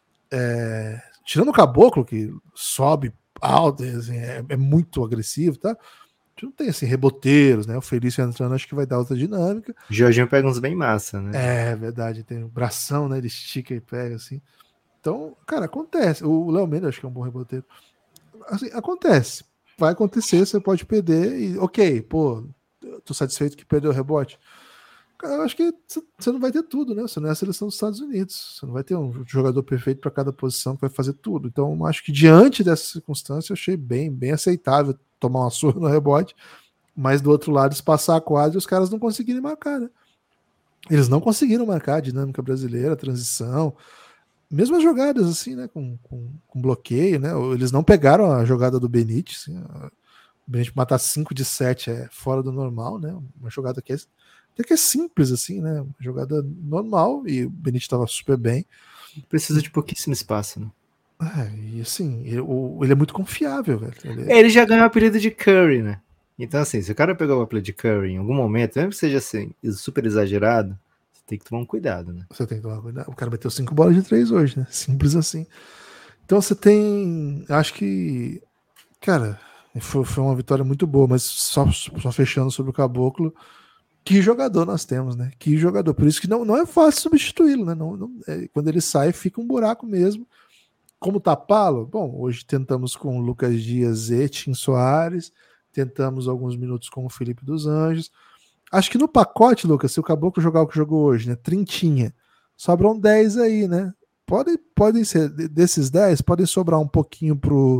Tirando o Caboclo, que sobe alto, assim, é muito agressivo, tá? A gente não tem assim reboteiros, né? O Felício entrando, acho que vai dar outra dinâmica. O Jorginho pega uns bem massa, né? É verdade, tem o bração, né? Ele estica e pega assim. Então, cara, acontece. O Léo Mendes acho que é um bom reboteiro. Assim, acontece. Vai acontecer, você pode perder e ok, pô, tô satisfeito que perdeu o rebote. Cara, eu acho que você não vai ter tudo, né? Você não é a seleção dos Estados Unidos. Você não vai ter um jogador perfeito para cada posição que vai fazer tudo. Então, eu acho que diante dessa circunstância, eu achei bem aceitável tomar uma surra no rebote, mas do outro lado, espaçar a quadra e os caras não conseguirem marcar, né? Eles não conseguiram marcar a dinâmica brasileira, a transição, mesmo as jogadas assim, né? Com bloqueio, né? Eles não pegaram a jogada do Benítez. Assim, o Benítez matar 5 de 7 é fora do normal, né? Uma jogada que até que é simples, assim, né? Uma jogada normal e o Benítez estava super bem. Precisa de pouquíssimo espaço, né? E assim, ele é muito confiável, velho. Ele já ganhou o apelido de Curry, né? Então, assim, se o cara pegar o apelido de Curry em algum momento, mesmo que seja assim, super exagerado, você tem que tomar um cuidado, né? Você tem que tomar cuidado. O cara meteu 5 bolas de 3 hoje, né? Simples assim. Então você tem. Acho que. Cara, foi uma vitória muito boa, mas só fechando sobre o Caboclo. Que jogador nós temos, né? Que jogador. Por isso que não é fácil substituí-lo, né? Quando ele sai, fica um buraco mesmo. Como tapá-lo? Bom, hoje tentamos com o Lucas Dias e Tim Soares, tentamos alguns minutos com o Felipe dos Anjos. Acho que no pacote, Lucas, se o Caboclo jogar o que jogou hoje, né? Trintinha, sobram 10 aí, né? Podem ser, desses 10, podem sobrar um pouquinho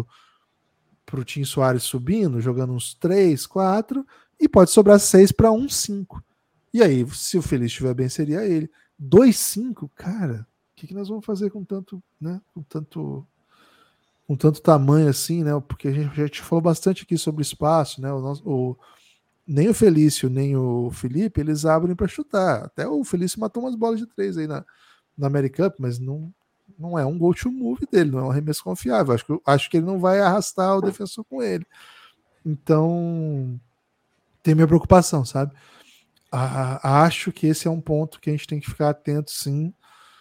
pro Tim Soares subindo, jogando uns 3, 4, e pode sobrar 6 para 1, 5. E aí, se o Feliz estiver bem, seria ele. 2, 5, cara, o que nós vamos fazer com tanto, né? Com tanto tamanho assim, né? Porque a gente já te falou bastante aqui sobre espaço, né? Nem o Felício, nem o Felipe, eles abrem para chutar. Até o Felício matou umas bolas de 3 aí na American Cup, mas não é um go-to-move dele, não é um arremesso confiável. Acho que ele não vai arrastar o defensor com ele. Então, tem minha preocupação, sabe? Acho que esse é um ponto que a gente tem que ficar atento, sim.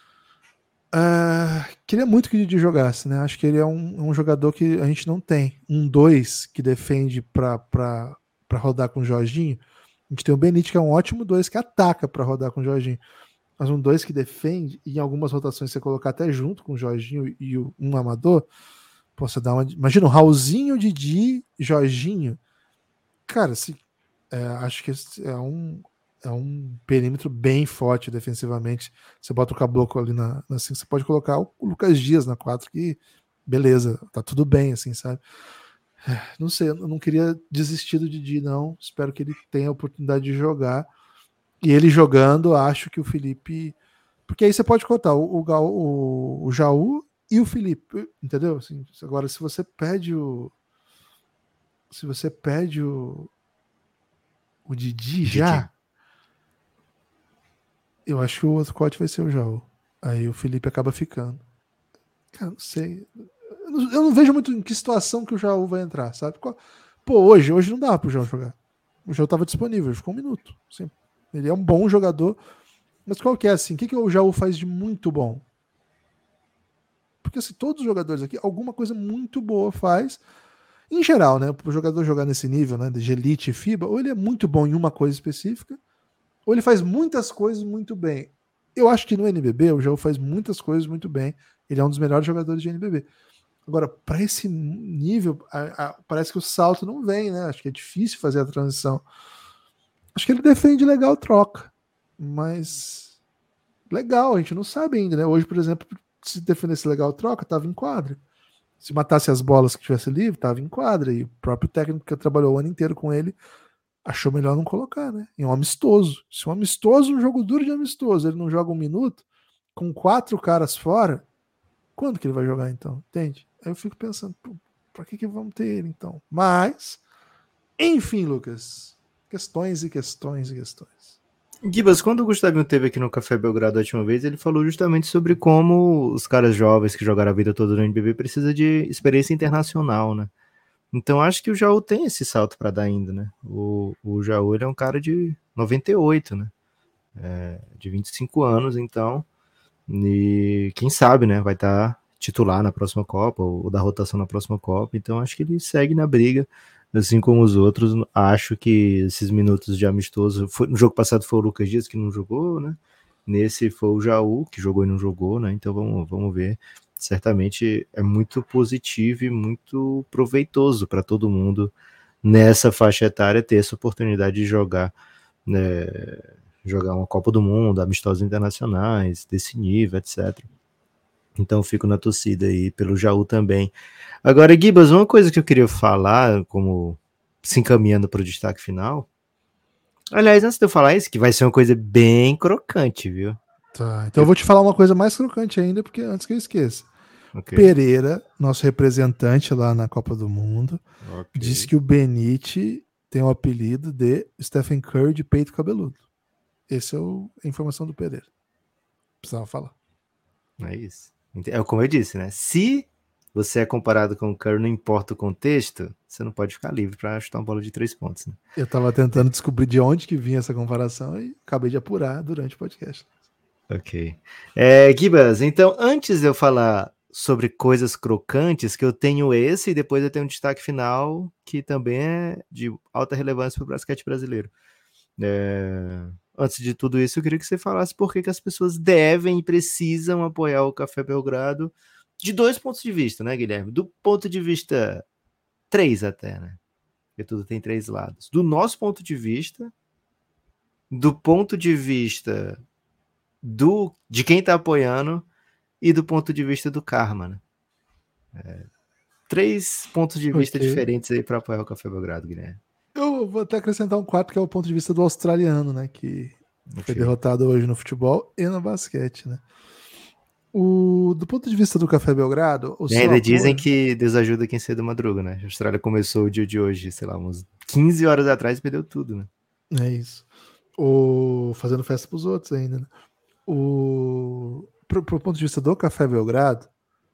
Queria muito que o Didi jogasse, né? Acho que ele é um jogador que a gente não tem. Um 2 que defende para rodar com o Jorginho. A gente tem o Benítez, que é um ótimo 2 que ataca para rodar com o Jorginho. Mas um 2 que defende, e em algumas rotações você colocar até junto com o Jorginho e um amador, você dá uma. Imagina, o Raulzinho, Didi, Jorginho. Cara, acho que é um perímetro bem forte defensivamente. Você bota o Caboclo ali assim, você pode colocar o Lucas Dias na 4, que beleza, tá tudo bem, assim, sabe? Não sei, eu não queria desistir do Didi, não. Espero que ele tenha a oportunidade de jogar. E ele jogando, acho que o Felipe. Porque aí você pode contar o Jaú e o Felipe, entendeu? Assim, agora, se você perde o Didi já, eu acho que o outro corte vai ser o Jaú. Aí o Felipe acaba ficando. Cara, não sei. Eu não vejo muito em que situação que o Jaú vai entrar, sabe? Pô, hoje não dá pro Jaú jogar. O Jaú tava disponível, ele ficou um minuto. Assim, ele é um bom jogador. Mas qual que é assim? O que o Jaú faz de muito bom? Porque assim, todos os jogadores aqui, alguma coisa muito boa faz. Em geral, né? O jogador jogar nesse nível, né? De elite e FIBA, ou ele é muito bom em uma coisa específica, ou ele faz muitas coisas muito bem. Eu acho que no NBB o Jaú faz muitas coisas muito bem. Ele é um dos melhores jogadores de NBB. Agora, para esse nível, parece que o salto não vem, né? Acho que é difícil fazer a transição. Acho que ele defende legal troca, mas legal, a gente não sabe ainda, né? Hoje, por exemplo, se defendesse legal troca, tava em quadra. Se matasse as bolas que tivesse livre, tava em quadra. E o próprio técnico que trabalhou o ano inteiro com ele achou melhor não colocar, né? Em um amistoso. Se um jogo duro de amistoso, ele não joga um minuto, com 4 caras fora, quando que ele vai jogar então? Entende? Aí eu fico pensando, pra que vamos ter ele então? Mas, enfim, Lucas, questões e questões e questões. Gibas, quando o Gustavinho teve aqui no Café Belgrado a última vez, ele falou justamente sobre como os caras jovens que jogaram a vida toda no NBB precisam de experiência internacional, né? Então acho que o Jaú tem esse salto para dar ainda, né? O Jaú, ele é um cara de 98, né? De 25 anos, então, e quem sabe, né? Vai estar titular na próxima Copa, ou da rotação na próxima Copa, então acho que ele segue na briga, assim como os outros. Acho que esses minutos de amistoso, no jogo passado foi o Lucas Dias que não jogou, né? Nesse foi o Jaú que jogou e não jogou, né? Então vamos ver. Certamente é muito positivo e muito proveitoso para todo mundo nessa faixa etária ter essa oportunidade de jogar, né, jogar uma Copa do Mundo, amistosos internacionais, desse nível, etc. Então fico na torcida aí pelo Jaú também. Agora, Gibas, uma coisa que eu queria falar, como se encaminhando para o destaque final. Aliás, antes de eu falar isso, que vai ser uma coisa bem crocante, viu? Tá, então eu vou te falar uma coisa mais crocante ainda, porque antes que eu esqueça. Okay. Pereira, nosso representante lá na Copa do Mundo, disse que o Benite tem o apelido de Stephen Curry de peito cabeludo. Essa é a informação do Pereira. Precisava falar. É isso. É como eu disse, né? Se você é comparado com o Curry, não importa o contexto, você não pode ficar livre para chutar uma bola de 3 pontos. Né? Eu estava tentando descobrir de onde que vinha essa comparação e acabei de apurar durante o podcast. Ok. Gibas, então, antes de eu falar sobre coisas crocantes, que eu tenho esse e depois eu tenho um destaque final que também é de alta relevância para o basquete brasileiro. Antes de tudo isso, eu queria que você falasse por que as pessoas devem e precisam apoiar o Café Belgrado de 2 pontos de vista, né, Guilherme? Do ponto de vista 3 até, né? Porque tudo tem 3 lados. Do nosso ponto de vista, do ponto de vista de quem tá apoiando e do ponto de vista do karma, né? 3 pontos de vista diferentes aí para apoiar o Café Belgrado, Guilherme. Eu vou até acrescentar um quarto, que é o ponto de vista do australiano, né? Que foi derrotado hoje no futebol e no basquete, né? Do ponto de vista do Café Belgrado... ainda dizem que Deus ajuda quem cedo madruga, né? A Austrália começou o dia de hoje, sei lá, uns 15 horas atrás e perdeu tudo, né? É isso. Fazendo festa pros outros ainda, né? Pro ponto de vista do Café Belgrado,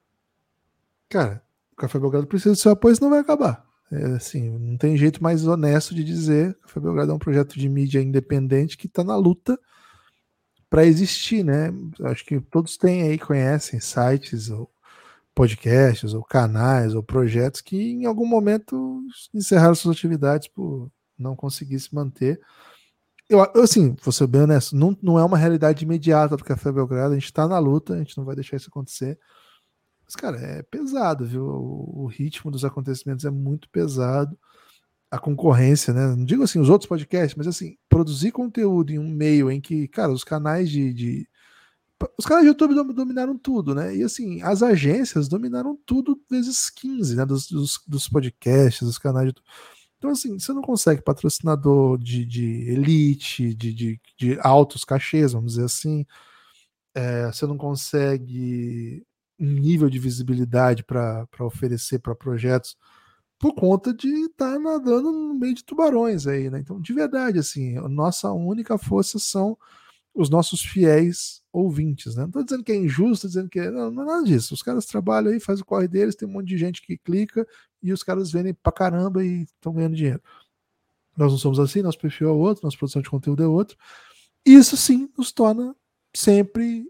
cara, o Café Belgrado precisa do seu apoio, senão vai acabar. Assim, não tem jeito mais honesto de dizer que o Café Belgrado é um projeto de mídia independente que está na luta para existir, né? Acho que todos têm aí, conhecem sites ou podcasts ou canais ou projetos que em algum momento encerraram suas atividades por não conseguir se manter. Eu assim, vou ser bem honesto, não é uma realidade imediata do Café Belgrado, a gente está na luta, a gente não vai deixar isso acontecer. Mas, cara, é pesado, viu? O ritmo dos acontecimentos é muito pesado. A concorrência, né? Não digo assim os outros podcasts, mas assim, produzir conteúdo em um meio em que, cara, os canais os canais de YouTube dominaram tudo, né? E assim, as agências dominaram tudo vezes 15, né? Dos podcasts, dos canais de YouTube. Então, assim, você não consegue patrocinador de elite, de altos cachês, vamos dizer assim. Você não consegue um nível de visibilidade para oferecer para projetos por conta de estar nadando no meio de tubarões aí, né? Então, de verdade, assim, a nossa única força são os nossos fiéis ouvintes, né? Não tô dizendo que é injusto, tô dizendo que não é nada disso. Os caras trabalham aí, fazem o corre deles, tem um monte de gente que clica e os caras vendem pra caramba e estão ganhando dinheiro. Nós não somos assim, nosso perfil é outro, nossa produção de conteúdo é outro. Isso sim nos torna sempre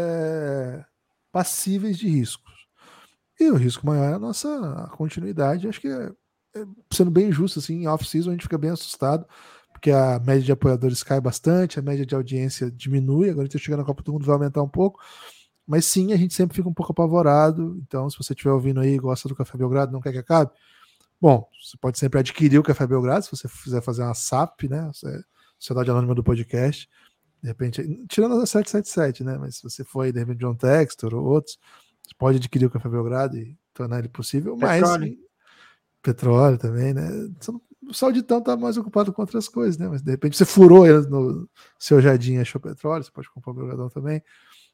passíveis de riscos. E o risco maior é a nossa continuidade. Acho que sendo bem justo, assim, em off-season a gente fica bem assustado, porque a média de apoiadores cai bastante, a média de audiência diminui, agora a gente está chegando na Copa do Mundo, vai aumentar um pouco, mas sim, a gente sempre fica um pouco apavorado. Então, se você estiver ouvindo aí, gosta do Café Belgrado, não quer que acabe, bom, você pode sempre adquirir o Café Belgrado, se você quiser fazer uma SAP, né, Sociedade Anônima do Podcast, de repente, tirando a 777, né, mas se você for aí, de repente, John Textor ou outros, você pode adquirir o Café Belgrado e tornar ele possível, Petróleo. mas petróleo também, né? O Sauditão tá mais ocupado com outras coisas, né? Mas de repente você furou ele no seu jardim e achou petróleo, você pode comprar o Belgradão também.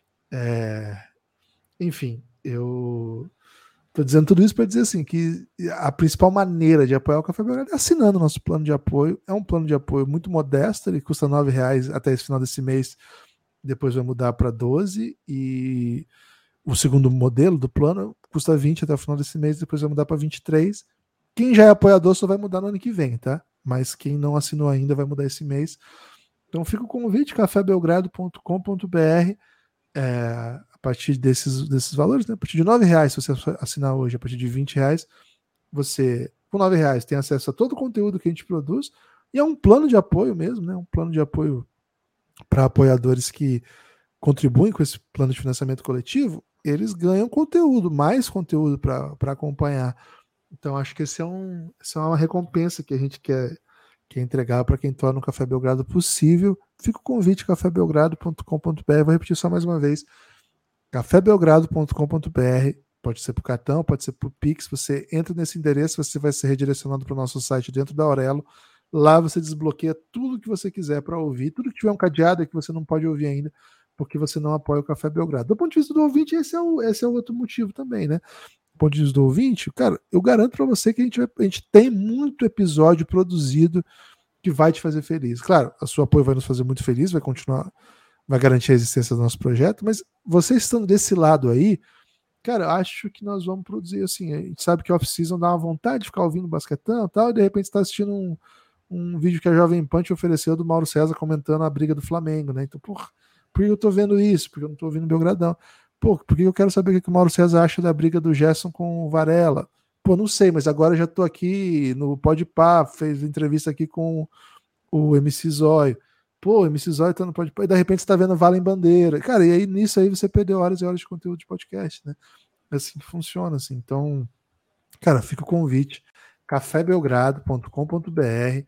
Enfim, eu tô dizendo tudo isso para dizer assim, que a principal maneira de apoiar o Café Belgrado é assinando o nosso plano de apoio. É um plano de apoio muito modesto, ele custa R$9 até esse final desse mês, depois vai mudar para 12, e o segundo modelo do plano custa 20 até o final desse mês, depois vai mudar para 23. Quem já é apoiador só vai mudar no ano que vem, tá? Mas quem não assinou ainda vai mudar esse mês. Então fica o convite, cafébelgrado.com.br, a partir desses valores, né? A partir de R$9, se você assinar hoje, a partir de R$20, você, com R$9, tem acesso a todo o conteúdo que a gente produz, e é um plano de apoio mesmo, né? Um plano de apoio para apoiadores que contribuem com esse plano de financiamento coletivo, eles ganham conteúdo, mais conteúdo para acompanhar. Então, acho que essa é uma recompensa que a gente quer que é entregar para quem torna o Café Belgrado possível. Fica o convite, cafébelgrado.com.br. Vou repetir só mais uma vez, cafébelgrado.com.br. Pode ser por cartão, pode ser por Pix. Você entra nesse endereço, você vai ser redirecionado para o nosso site dentro da Aurelo. Lá você desbloqueia tudo que você quiser para ouvir, tudo que tiver um cadeado que você não pode ouvir ainda, porque você não apoia o Café Belgrado. Do ponto de vista do ouvinte, esse é o outro motivo também, né? Do ponto de vista do ouvinte, cara, eu garanto para você que a gente tem muito episódio produzido que vai te fazer feliz. Claro, o seu apoio vai nos fazer muito feliz, vai continuar, vai garantir a existência do nosso projeto, mas você estando desse lado aí, cara, eu acho que nós vamos produzir assim. A gente sabe que off-season dá uma vontade de ficar ouvindo basquetão e tal, e de repente você está assistindo um vídeo que a Jovem Pan te ofereceu do Mauro César comentando a briga do Flamengo, né? Então, por que eu tô vendo isso? Porque eu não tô ouvindo Belgradão. Por que eu quero saber o que o Mauro César acha da briga do Gerson com o Varela? Não sei, mas agora eu já tô aqui no Podpah, fez entrevista aqui com o MC Zóio. O MC Zóio tá no Podpah, e de repente você tá vendo Valem Bandeira. Cara, e aí nisso aí você perdeu horas e horas de conteúdo de podcast, né? É assim que funciona, assim. Então, cara, fica o convite, cafébelgrado.com.br,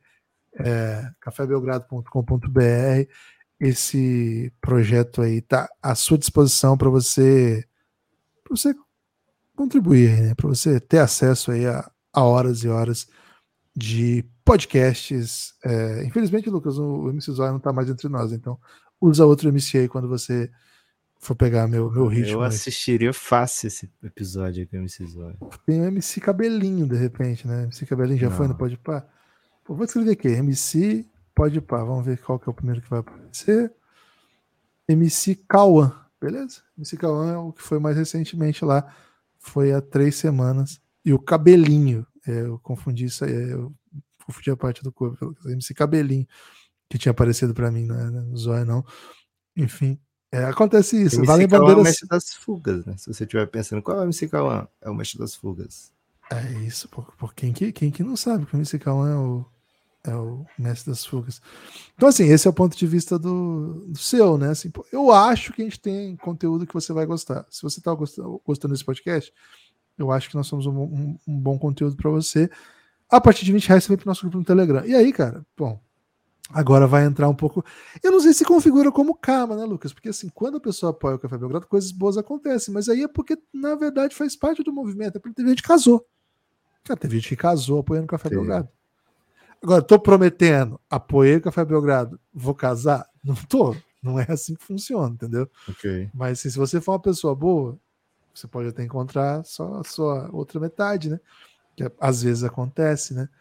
cafébelgrado.com.br. Esse projeto aí tá à sua disposição para você contribuir, né? Para você ter acesso aí a horas e horas de podcasts. Infelizmente, Lucas, o MC Zóia não está mais entre nós, então usa outro MC aí quando você for pegar meu ritmo. Eu assistiria fácil esse episódio aqui, MC Zóia. Tem o MC Cabelinho, de repente, né? MC Cabelinho já foi no Podpah? Vou escrever aqui, MC Podpah. Vamos ver qual que é o primeiro que vai aparecer. MC Cauã, beleza? MC Cauã é o que foi mais recentemente lá. Foi há 3 semanas. E o Cabelinho, eu confundi isso aí, eu confundi a parte do corpo. MC Cabelinho, que tinha aparecido para mim, não é no Zóia, não. Enfim, acontece isso. MC Cauã é o mestre das fugas, né? Se você estiver pensando, qual é o MC Cauã? É o mestre das fugas. É isso, por quem que não sabe que o MC Cauã é o mestre das fugas. Então, assim, esse é o ponto de vista do seu, né? Assim, eu acho que a gente tem conteúdo que você vai gostar. Se você está gostando desse podcast, eu acho que nós somos um bom conteúdo para você. A partir de R$20 você vem para o nosso grupo no Telegram. E aí, cara, bom, agora vai entrar um pouco. Eu não sei se configura como karma, né, Lucas? Porque assim, quando a pessoa apoia o Café Belgrado, coisas boas acontecem. Mas aí é porque, na verdade, faz parte do movimento. É porque teve gente que casou. Cara, teve gente que casou apoiando o Café Belgrado. Agora, tô prometendo, apoiei o Café Belgrado, vou casar? Não tô. Não é assim que funciona, entendeu? Okay. Mas se você for uma pessoa boa, você pode até encontrar só a sua outra metade, né? Que às vezes acontece, né?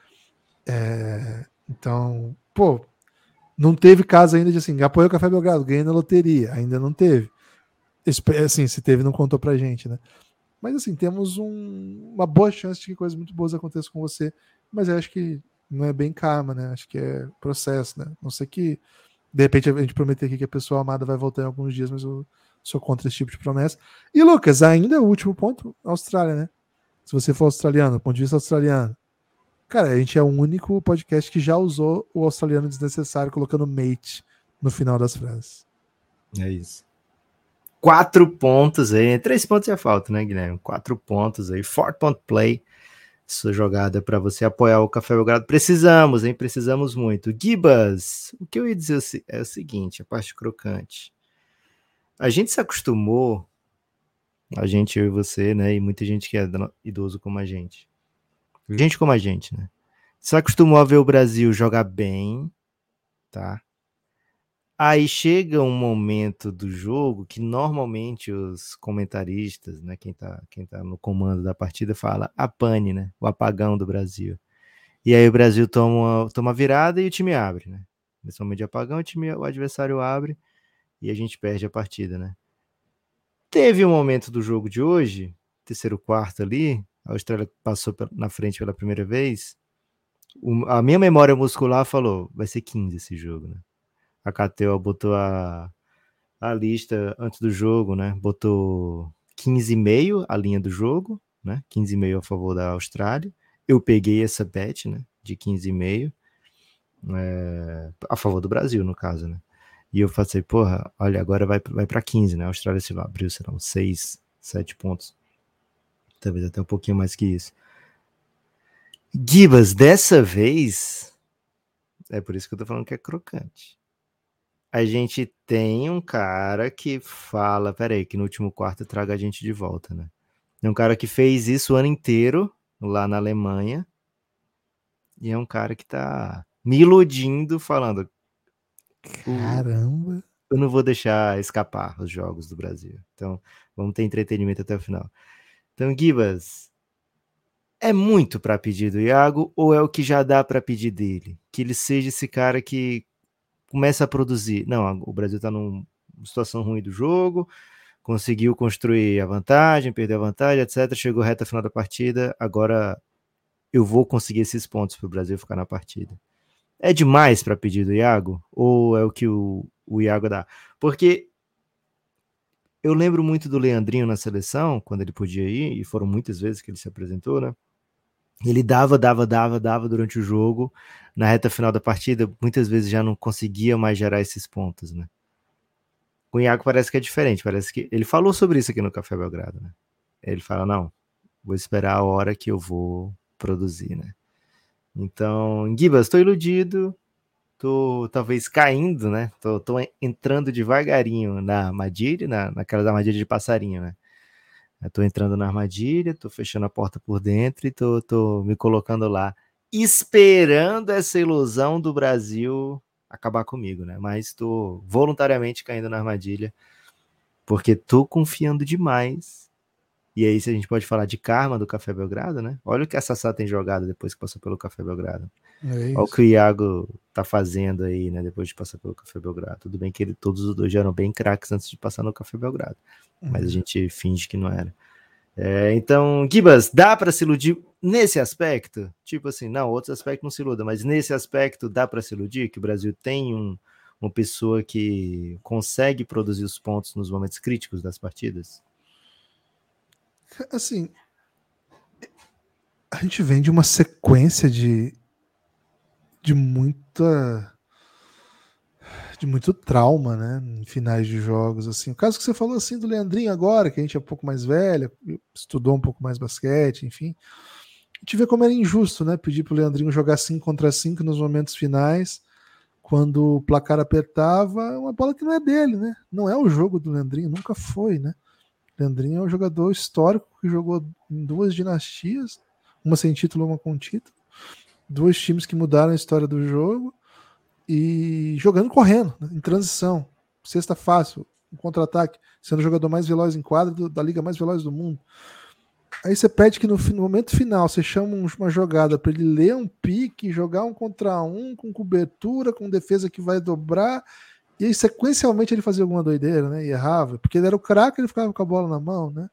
Então, não teve caso ainda de assim, apoiou o Café Belgrado, ganhei na loteria. Ainda não teve. Assim, se teve, não contou pra gente, né? Mas assim, temos uma boa chance de que coisas muito boas aconteçam com você. Mas eu acho que não é bem karma, né? Acho que é processo, né? Não sei que, de repente, a gente prometer aqui que a pessoa amada vai voltar em alguns dias, mas eu sou contra esse tipo de promessa. E, Lucas, ainda o último ponto, Austrália, né? Se você for australiano, do ponto de vista australiano, cara, a gente é o único podcast que já usou o australiano desnecessário colocando mate no final das frases. É isso. 4 pontos aí, 3 pontos já falta, né, Guilherme? 4 pontos aí, 4-point play. Sua jogada para você apoiar o Café Belgrado. Precisamos, hein? Precisamos muito. Gibas, o que eu ia dizer é o seguinte, a parte crocante. A gente se acostumou, a gente, eu e você, né? E muita gente que é idoso como a gente. Gente como a gente, né? Se acostumou a ver o Brasil jogar bem, tá? Aí chega um momento do jogo que normalmente os comentaristas, né, quem tá no comando da partida fala a pane, né, o apagão do Brasil. E aí o Brasil toma virada e o time abre, né? Nesse momento de apagão, o adversário abre e a gente perde a partida, né? Teve um momento do jogo de hoje, terceiro quarto ali, a Austrália passou na frente pela primeira vez, a minha memória muscular falou, vai ser 15 esse jogo, né? A KTO botou a lista antes do jogo, né? Botou 15,5 a linha do jogo, né? 15,5 a favor da Austrália. Eu peguei essa bet, né? De 15,5 a favor do Brasil, no caso, né? E eu falei, porra, olha, agora vai para 15, né? A Austrália, sei lá, abriu, sei lá, uns 6, 7 pontos. Talvez até um pouquinho mais que isso. Gibas, dessa vez, É por isso que eu tô falando que é crocante. A gente tem um cara que fala, peraí, que no último quarto traga a gente de volta, né? É um cara que fez isso o ano inteiro, lá na Alemanha, e é um cara que tá me iludindo, falando, Caramba. eu não vou deixar escapar os jogos do Brasil. Então, vamos ter entretenimento até o final. Então, Gibas, é muito para pedir do Iago ou é o que já dá para pedir dele? Que ele seja esse cara que começa a produzir. Não, o Brasil está numa situação ruim do jogo, conseguiu construir a vantagem, perdeu a vantagem, etc. Chegou reta final da partida, agora eu vou conseguir esses pontos para o Brasil ficar na partida. É demais para pedir do Iago? Ou é o que o Iago dá? Porque eu lembro muito do Leandrinho na seleção, quando ele podia ir, e foram muitas vezes que ele se apresentou, né? Ele dava durante o jogo. Na reta final da partida, muitas vezes já não conseguia mais gerar esses pontos, né? Com o Iago parece que é diferente. Parece que ele falou sobre isso aqui no Café Belgrado, né? Ele fala, não, vou esperar a hora que eu vou produzir, né? Então, Gibas, estou iludido, tô talvez caindo, né? Tô entrando devagarinho na armadilha, naquelas armadilhas de passarinho, né? Eu tô entrando na armadilha, tô fechando a porta por dentro e tô me colocando lá, esperando essa ilusão do Brasil acabar comigo, né? Mas tô voluntariamente caindo na armadilha, porque tô confiando demais. E aí, se a gente pode falar de karma do Café Belgrado, né? Olha o que a Sassá tem jogado depois que passou pelo Café Belgrado. Olha o que o Iago tá fazendo aí, né? Depois de passar pelo Café Belgrado. Tudo bem que todos os dois já eram bem craques antes de passar no Café Belgrado. Mas a gente finge que não era. Então, Gibas, dá para se iludir nesse aspecto? Tipo assim, não, outros aspectos não se iludam, mas nesse aspecto dá para se iludir que o Brasil tem uma pessoa que consegue produzir os pontos nos momentos críticos das partidas? Assim, a gente vem de uma sequência de muito trauma, né, em finais de jogos, assim. O caso que você falou, assim, do Leandrinho agora, que a gente é um pouco mais velho, estudou um pouco mais basquete, enfim. A gente vê como era injusto, né, pedir pro Leandrinho jogar 5 contra 5 nos momentos finais, quando o placar apertava, uma bola que não é dele, né, não é o jogo do Leandrinho, nunca foi, né. Leandrinho é um jogador histórico que jogou em 2 dinastias, uma sem título, uma com título, 2 times que mudaram a história do jogo, e jogando correndo, né, em transição, cesta fácil, um contra-ataque, sendo o jogador mais veloz em quadra da liga mais veloz do mundo. Aí você pede que no momento final você chama uma jogada para ele ler um pique, jogar um contra um, com cobertura, com defesa que vai dobrar, e aí sequencialmente ele fazia alguma doideira, né? E errava, porque ele era o craque, ele ficava com a bola na mão, né?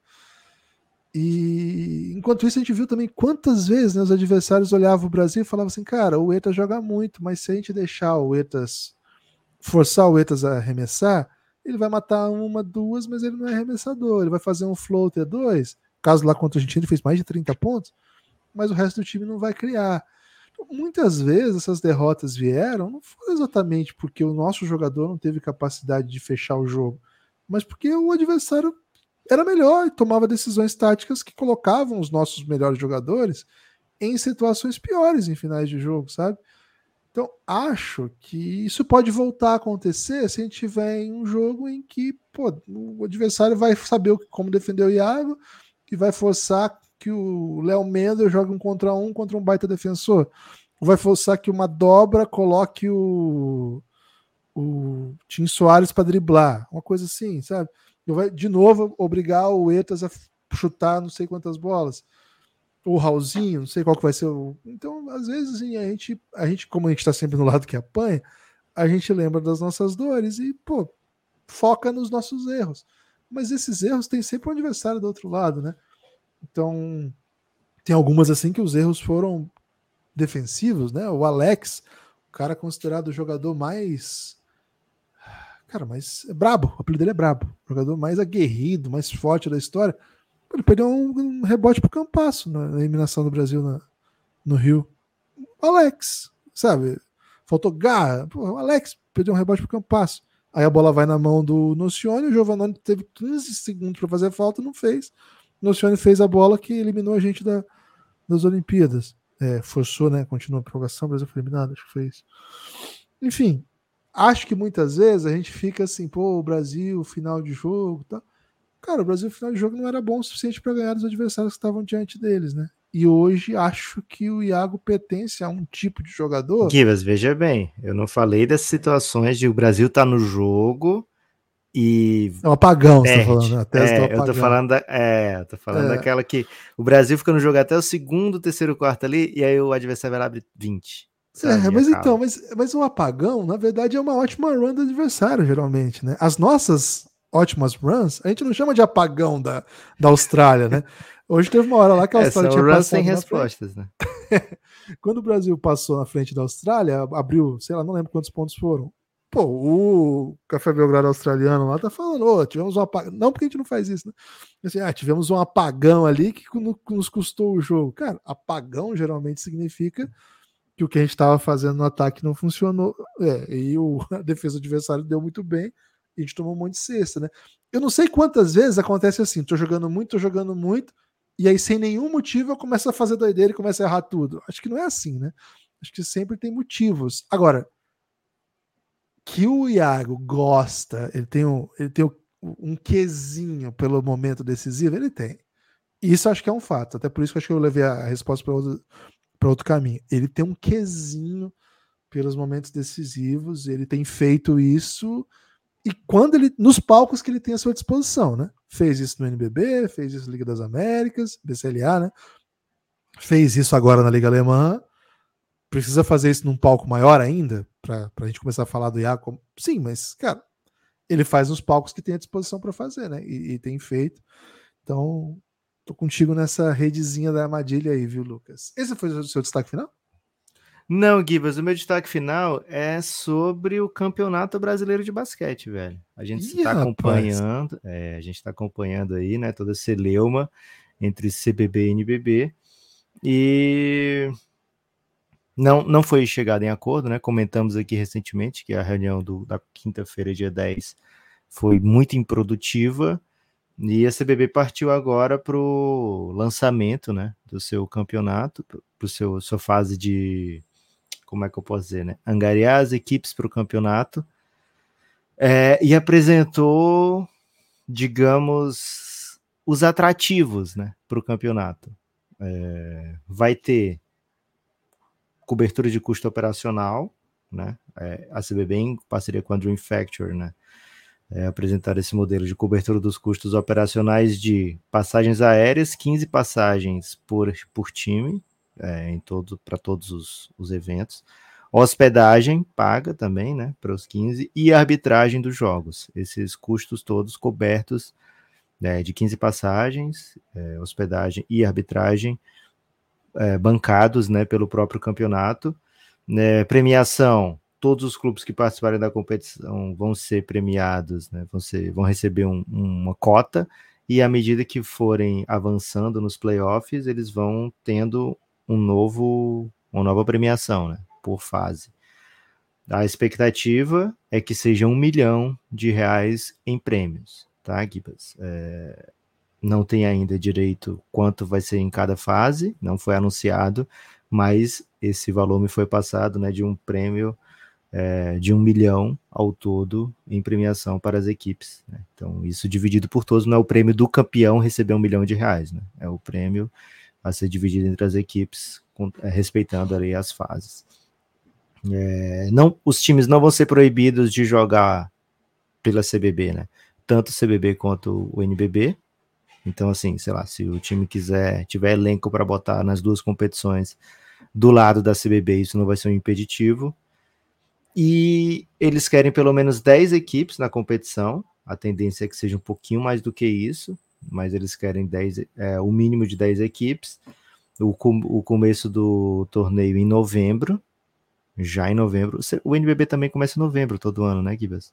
E enquanto isso a gente viu também quantas vezes, né, os adversários olhavam o Brasil e falavam assim, cara, o Etas joga muito, mas se a gente deixar o Etas, forçar o Etas a arremessar, ele vai matar uma, duas, mas ele não é arremessador, ele vai fazer um floater 2, caso lá contra a Argentina ele fez mais de 30 pontos, mas o resto do time não vai criar. Então, muitas vezes essas derrotas vieram, não foi exatamente porque o nosso jogador não teve capacidade de fechar o jogo, mas porque o adversário era melhor e tomava decisões táticas que colocavam os nossos melhores jogadores em situações piores em finais de jogo, sabe? Então, acho que isso pode voltar a acontecer se a gente tiver em um jogo em que o adversário vai saber como defender o Iago e vai forçar que o Léo Mendel jogue um contra um baita defensor. Ou vai forçar que uma dobra coloque o Tim Soares para driblar. Uma coisa assim, sabe? Vai, de novo, obrigar o Etas a chutar não sei quantas bolas. O Raulzinho, não sei qual que vai ser o... Então, às vezes, assim, a gente, como a gente tá sempre no lado que apanha, a gente lembra das nossas dores e, foca nos nossos erros. Mas esses erros tem sempre um adversário do outro lado, né? Então, tem algumas, assim, que os erros foram defensivos, né? O Alex, o cara considerado o jogador mais... Cara, mas é brabo, o apelido dele é brabo. O jogador mais aguerrido, mais forte da história. Ele perdeu um rebote pro Campasso na eliminação do Brasil no Rio. O Alex, sabe? Faltou garra. O Alex perdeu um rebote pro Campasso. Aí a bola vai na mão do Nocione, o Giovanoni teve 15 segundos para fazer a falta, não fez. O Nocione fez a bola que eliminou a gente das Olimpíadas. forçou, né? Continua a prorrogação, o Brasil foi eliminado, acho que foi isso. Enfim, acho que muitas vezes a gente fica assim, pô, o Brasil, final de jogo, tá? Cara, o Brasil, final de jogo não era bom o suficiente para ganhar dos adversários que estavam diante deles, né? E hoje acho que o Iago pertence a um tipo de jogador. Gibas, veja bem, eu não falei das situações de o Brasil tá no jogo e É um apagão, você tá falando, perde. né? A tese do Eu tô apagão. falando eu tô falando É, daquela que o Brasil fica no jogo até o segundo, terceiro, quarto ali, e aí o adversário vai lá abrir 20, sabe? E mas então, acaba. mas o apagão, na verdade, é uma ótima run do adversário, geralmente, né? As nossas ótimas runs, a gente não chama de apagão da Austrália, né? Hoje teve uma hora lá que a Austrália São tinha runs sem passado na frente. respostas, né? Quando o Brasil passou na frente da Austrália, abriu, sei lá, não lembro quantos pontos foram. Pô, o Café Belgrado australiano lá tá falando, tivemos um apagão. Não porque a gente não faz isso, né? Assim, tivemos um apagão ali que nos custou o jogo. Cara, apagão geralmente significa que o que a gente estava fazendo no ataque não funcionou. E a defesa do adversário deu muito bem. E a gente tomou um monte de cesta, né? Eu não sei quantas vezes acontece assim, tô jogando muito, e aí sem nenhum motivo eu começo a fazer doideira e começo a errar tudo. Acho que não é assim, né? Acho que sempre tem motivos. Agora, que o Iago gosta, ele tem um quesinho pelo momento decisivo, ele tem. Isso acho que é um fato. Até por isso que acho que eu levei a resposta para outro caminho. Ele tem um quesinho pelos momentos decisivos, ele tem feito isso e quando ele nos palcos que ele tem à sua disposição, né? Fez isso no NBB, fez isso na Liga das Américas, BCLA, né? Fez isso agora na Liga Alemã. Precisa fazer isso num palco maior ainda para a gente começar a falar do Iago? Sim, mas cara, ele faz nos palcos que tem à disposição para fazer, né? E tem feito. Então, tô contigo nessa redezinha da armadilha aí, viu, Lucas? Esse foi o seu destaque final? Não, Gibas, o meu destaque final é sobre o Campeonato Brasileiro de Basquete, velho. A gente Ih, está rapaz. acompanhando, a gente está acompanhando aí, né, toda a celeuma entre CBB e NBB, e não foi chegado em acordo, né? Comentamos aqui recentemente que a reunião da quinta-feira, dia 10, foi muito improdutiva, e a CBB partiu agora para o lançamento, né, do seu campeonato, para sua fase de, como é que eu posso dizer, né? Angariar as equipes para o campeonato, e apresentou, digamos, os atrativos, né, para o campeonato. Vai ter cobertura de custo operacional, né? A CBB, em parceria com a Dream Factor, né, apresentar esse modelo de cobertura dos custos operacionais de passagens aéreas, 15 passagens por time, para todos os eventos, hospedagem paga também, né, para os 15, e arbitragem dos jogos. Esses custos todos cobertos, de 15 passagens, hospedagem e arbitragem, bancados, né, pelo próprio campeonato. Premiação, todos os clubes que participarem da competição vão ser premiados, né, vão receber uma cota, e à medida que forem avançando nos playoffs, eles vão tendo uma nova premiação, né, por fase. A expectativa é que seja R$1 milhão em prêmios, tá, Gibas? Não tem ainda direito quanto vai ser em cada fase, não foi anunciado, mas esse valor me foi passado, né, de um prêmio de R$1 milhão ao todo em premiação para as equipes, né? Então, isso dividido por todos, não é o prêmio do campeão receber R$1 milhão, né? É o prêmio a ser dividido entre as equipes, respeitando ali as fases. Os times não vão ser proibidos de jogar pela CBB, né? Tanto o CBB quanto o NBB. Então, assim, sei lá, se o time tiver elenco para botar nas duas competições do lado da CBB, isso não vai ser um impeditivo. E eles querem pelo menos 10 equipes na competição. A tendência é que seja um pouquinho mais do que isso, mas eles querem o mínimo de 10 equipes. O começo do torneio em novembro, já em novembro. O NBB também começa em novembro todo ano, né, Gibas?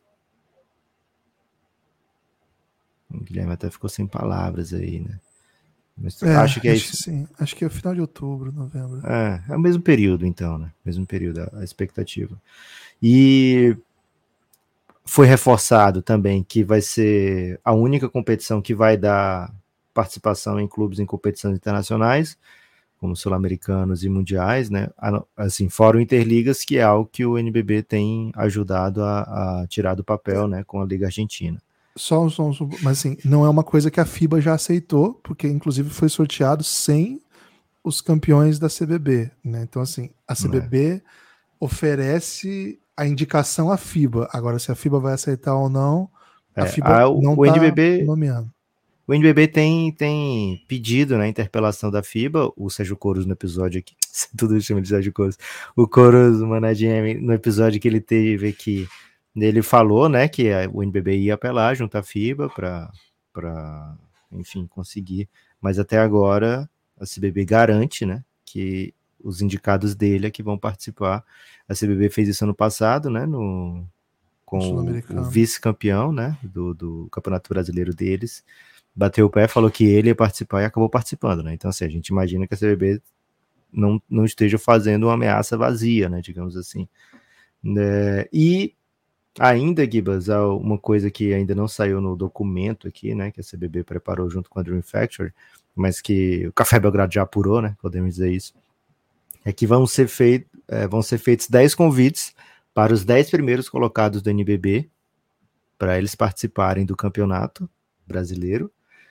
O Guilherme até ficou sem palavras aí, né? Mas acho que é Acho isso. que sim. Acho que é o final de outubro, novembro. É o mesmo período, então, né? Mesmo período, a expectativa. E foi reforçado também que vai ser a única competição que vai dar participação em clubes em competições internacionais, como sul-americanos e mundiais, né? Assim, fora o Interligas, que é algo que o NBB tem ajudado a tirar do papel, né, com a Liga Argentina. Mas assim, não é uma coisa que a FIBA já aceitou, porque inclusive foi sorteado sem os campeões da CBB, né? Então assim, a CBB oferece a indicação à FIBA. Agora, se a FIBA vai aceitar ou não, a FIBA não está nomeando. O NBB tem pedido, né, interpelação da FIBA, o Sérgio Couros no episódio aqui, tudo chama de Sérgio Couros, o Couros, o Manadinha, no episódio que ele teve aqui, ele falou, né, que o NBB ia apelar junto à FIBA para, enfim, conseguir, mas até agora a CBB garante, né, que os indicados dele é que vão participar. A CBB fez isso ano passado, né, com o vice-campeão, né, do Campeonato Brasileiro deles, bateu o pé, falou que ele ia participar e acabou participando, né? Então, assim, a gente imagina que a CBB não esteja fazendo uma ameaça vazia, né? Digamos assim. E ainda, Gibas, há uma coisa que ainda não saiu no documento aqui, né? Que a CBB preparou junto com a Dream Factory, mas que o Café Belgrado já apurou, né? Podemos dizer isso. É que vão ser feitos 10 convites para os 10 primeiros colocados do NBB, para eles participarem do campeonato brasileiro.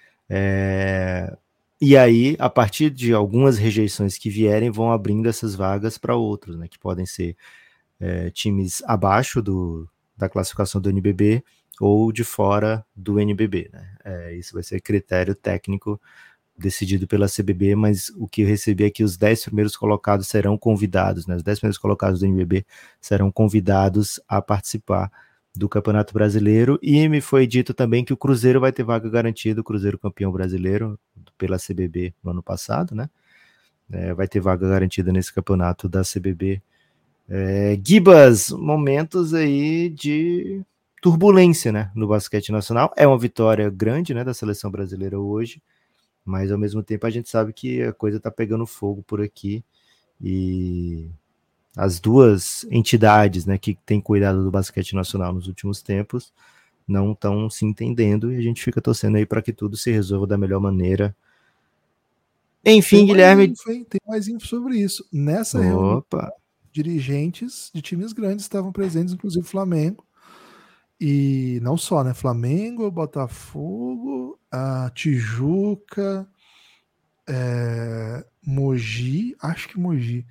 E aí, a partir de algumas rejeições que vierem, vão abrindo essas vagas para outros, né, que podem ser times abaixo da classificação do NBB ou de fora do NBB. Né? Isso vai ser critério técnico decidido pela CBB, mas o que eu recebi é que os 10 primeiros colocados serão convidados, né? Os 10 primeiros colocados do NBB serão convidados a participar do Campeonato Brasileiro, e me foi dito também que o Cruzeiro vai ter vaga garantida, o Cruzeiro campeão brasileiro pela CBB no ano passado, né? Vai ter vaga garantida nesse campeonato da CBB. Gibas, momentos aí de turbulência, né, no basquete nacional. É uma vitória grande, né, da seleção brasileira hoje, mas ao mesmo tempo a gente sabe que a coisa tá pegando fogo por aqui, e as duas entidades, né, que têm cuidado do basquete nacional nos últimos tempos não estão se entendendo, e a gente fica torcendo aí para que tudo se resolva da melhor maneira. Enfim, Guilherme... Tem mais info sobre isso. Nessa reunião, dirigentes de times grandes estavam presentes, inclusive Flamengo, e não só, né, Flamengo, Botafogo, a Tijuca, Mogi, acho que Mogi,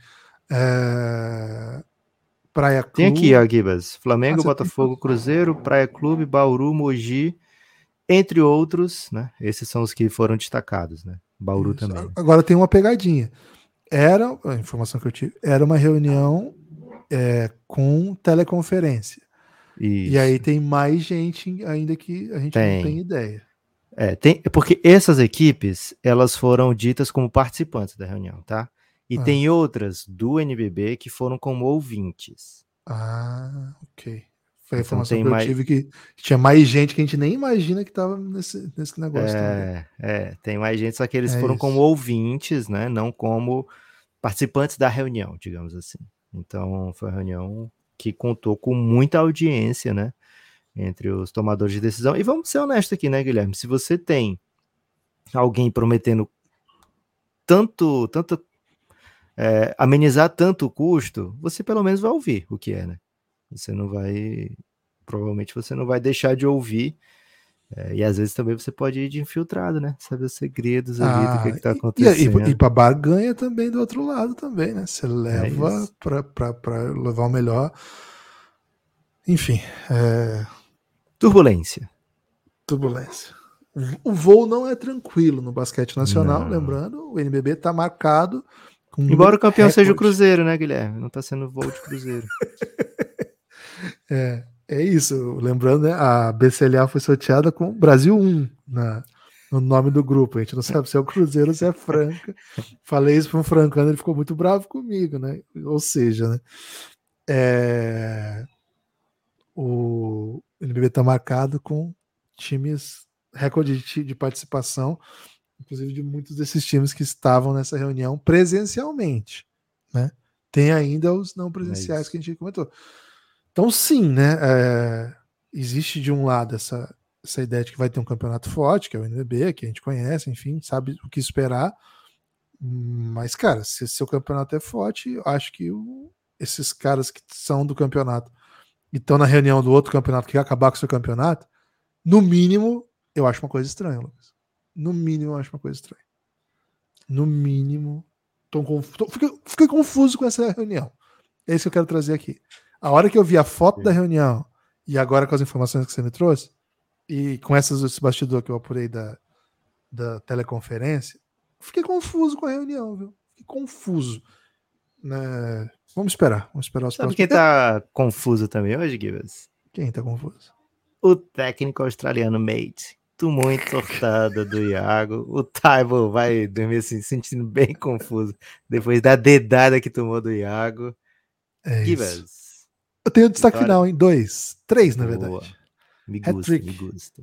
Praia Clube. Tem aqui, ó, Gibas, Flamengo, Botafogo, Cruzeiro, Praia Clube, Bauru, Mogi, entre outros, né? Esses são os que foram destacados, né? Bauru isso. Também. Agora tem uma pegadinha. A informação que eu tive, era uma reunião com teleconferência. Isso. E aí tem mais gente ainda que a gente não tem ideia. Porque essas equipes, elas foram ditas como participantes da reunião, tá? E tem outras do NBB que foram como ouvintes. Ok. Foi a informação que eu tive, que tinha mais gente que a gente nem imagina que estava nesse negócio também. Tem mais gente, só que eles foram como ouvintes, né? Não como participantes da reunião, digamos assim. Então, foi uma reunião que contou com muita audiência, né? Entre os tomadores de decisão. E vamos ser honestos aqui, né, Guilherme? Se você tem alguém prometendo amenizar tanto o custo, você pelo menos vai ouvir o que é, né? Provavelmente você não vai deixar de ouvir, e às vezes também você pode ir de infiltrado, né? Saber os segredos ali do que está acontecendo. E para barganha também do outro lado também, né? Você leva para levar o melhor. Enfim. Turbulência. O voo não é tranquilo no basquete nacional, lembrando, o NBB está marcado com embora o campeão seja o Cruzeiro, né, Guilherme? Não está sendo voo de Cruzeiro. É isso, lembrando, né, a BCLA foi sorteada com Brasil 1 no nome do grupo, a gente não sabe se é o Cruzeiro ou se é Franca. Falei isso para um francano, ele ficou muito bravo comigo, né? Ou seja, né, o NBB está marcado com times, recorde de participação, inclusive de muitos desses times que estavam nessa reunião presencialmente, né? Tem ainda os não presenciais que a gente comentou. Então, sim, né? Existe de um lado essa ideia de que vai ter um campeonato forte, que é o NBB, que a gente conhece, enfim, sabe o que esperar, Mas, cara, se seu campeonato é forte, eu acho que esses caras que são do campeonato e estão na reunião do outro campeonato que quer acabar com o seu campeonato, no mínimo, eu acho uma coisa estranha, Lucas. No mínimo, eu acho uma coisa estranha. No mínimo, fiquei confuso com essa reunião. É isso que eu quero trazer aqui. A hora que eu vi a foto da reunião e agora com as informações que você me trouxe, e com esse bastidor que eu apurei da teleconferência, fiquei confuso com a reunião, viu? Fiquei confuso. Né? Vamos esperar os Sabe próximos. quem tá confuso também hoje, Gibas? Quem tá confuso? O técnico australiano Mate. Tomou entortada do Iago. O Taibo vai dormir assim, sentindo bem confuso depois da dedada que tomou do Iago. É Gibas. isso. Eu tenho destaque Vitória. final, hein? 3, na Boa. verdade. Me gusta, Hat-trick. me gusta.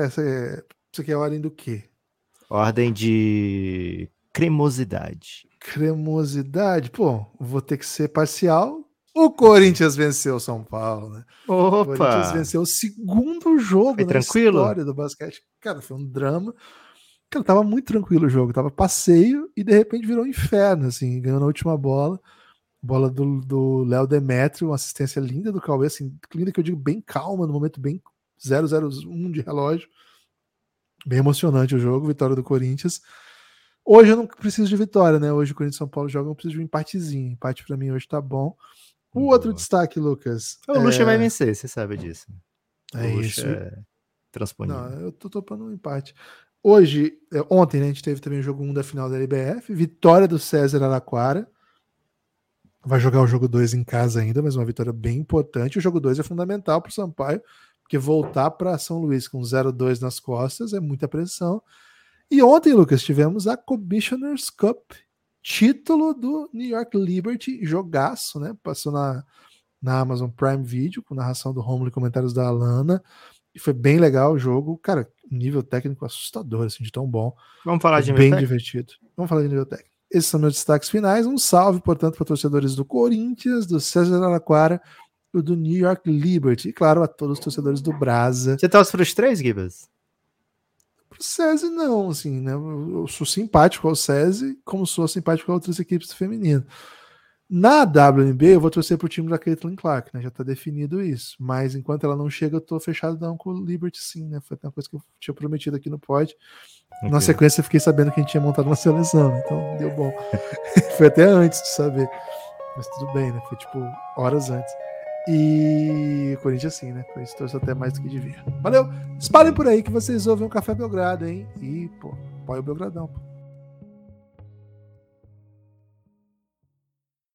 Você quer a ordem do quê? Ordem de cremosidade. Cremosidade? Pô, vou ter que ser parcial. O Corinthians venceu o São Paulo, né? O Corinthians Opa! venceu o segundo jogo Foi na tranquilo? história do basquete. Cara, foi um drama. Cara, tava muito tranquilo o jogo. Tava passeio e de repente virou um inferno, assim. Ganhou na última bola. Bola do Léo Demétrio, uma assistência linda do Cauê, assim, linda que eu digo bem calma, no momento bem 0-0-1 de relógio. Bem emocionante o jogo, vitória do Corinthians. Hoje eu não preciso de vitória, né? Hoje o Corinthians e São Paulo jogam, eu preciso de um empatezinho. Empate pra mim hoje tá bom. O outro destaque, Lucas. O Lucha vai vencer, você sabe disso. É o Lucha isso. é transponível. Não, eu tô topando um empate. Hoje, ontem, né, a gente teve também o jogo 1 da final da LBF, vitória do César Araquara. Vai jogar o jogo 2 em casa ainda, mas uma vitória bem importante. O jogo 2 é fundamental para o Sampaio, porque voltar para São Luís com 0-2 nas costas é muita pressão. E ontem, Lucas, tivemos a Commissioner's Cup, título do New York Liberty, jogaço, né? Passou na Amazon Prime Video, com narração do Romulo e comentários da Alana. E foi bem legal o jogo. Cara, nível técnico assustador, assim, de tão bom. Vamos falar foi de bem nível divertido. Vamos falar de nível técnico. Esses são meus destaques finais. Um salve, portanto, para torcedores do Corinthians, do César Araquara e do New York Liberty. E, claro, a todos os torcedores do Brasa. Você torce para os 3, Gibas? Pro SESI, não, assim, né? Eu sou simpático ao SESI, como sou simpático a outras equipes do feminino. Na WNB, eu vou torcer pro time da Caitlin Clark, né? Já tá definido isso. Mas enquanto ela não chega, eu tô fechado não com o Liberty, sim, né? Foi uma coisa que eu tinha prometido aqui no pod. Okay. Na sequência, eu fiquei sabendo que a gente tinha montado uma seleção, né? Então deu bom. Foi até antes de saber. Mas tudo bem, né? Foi tipo horas antes. E o Corinthians, assim, né? O Corinthians torce até mais do que devia. Valeu! Espalhem por aí que vocês ouvem o Café Belgrado, hein? E, pô, apoia o Belgradão, pô.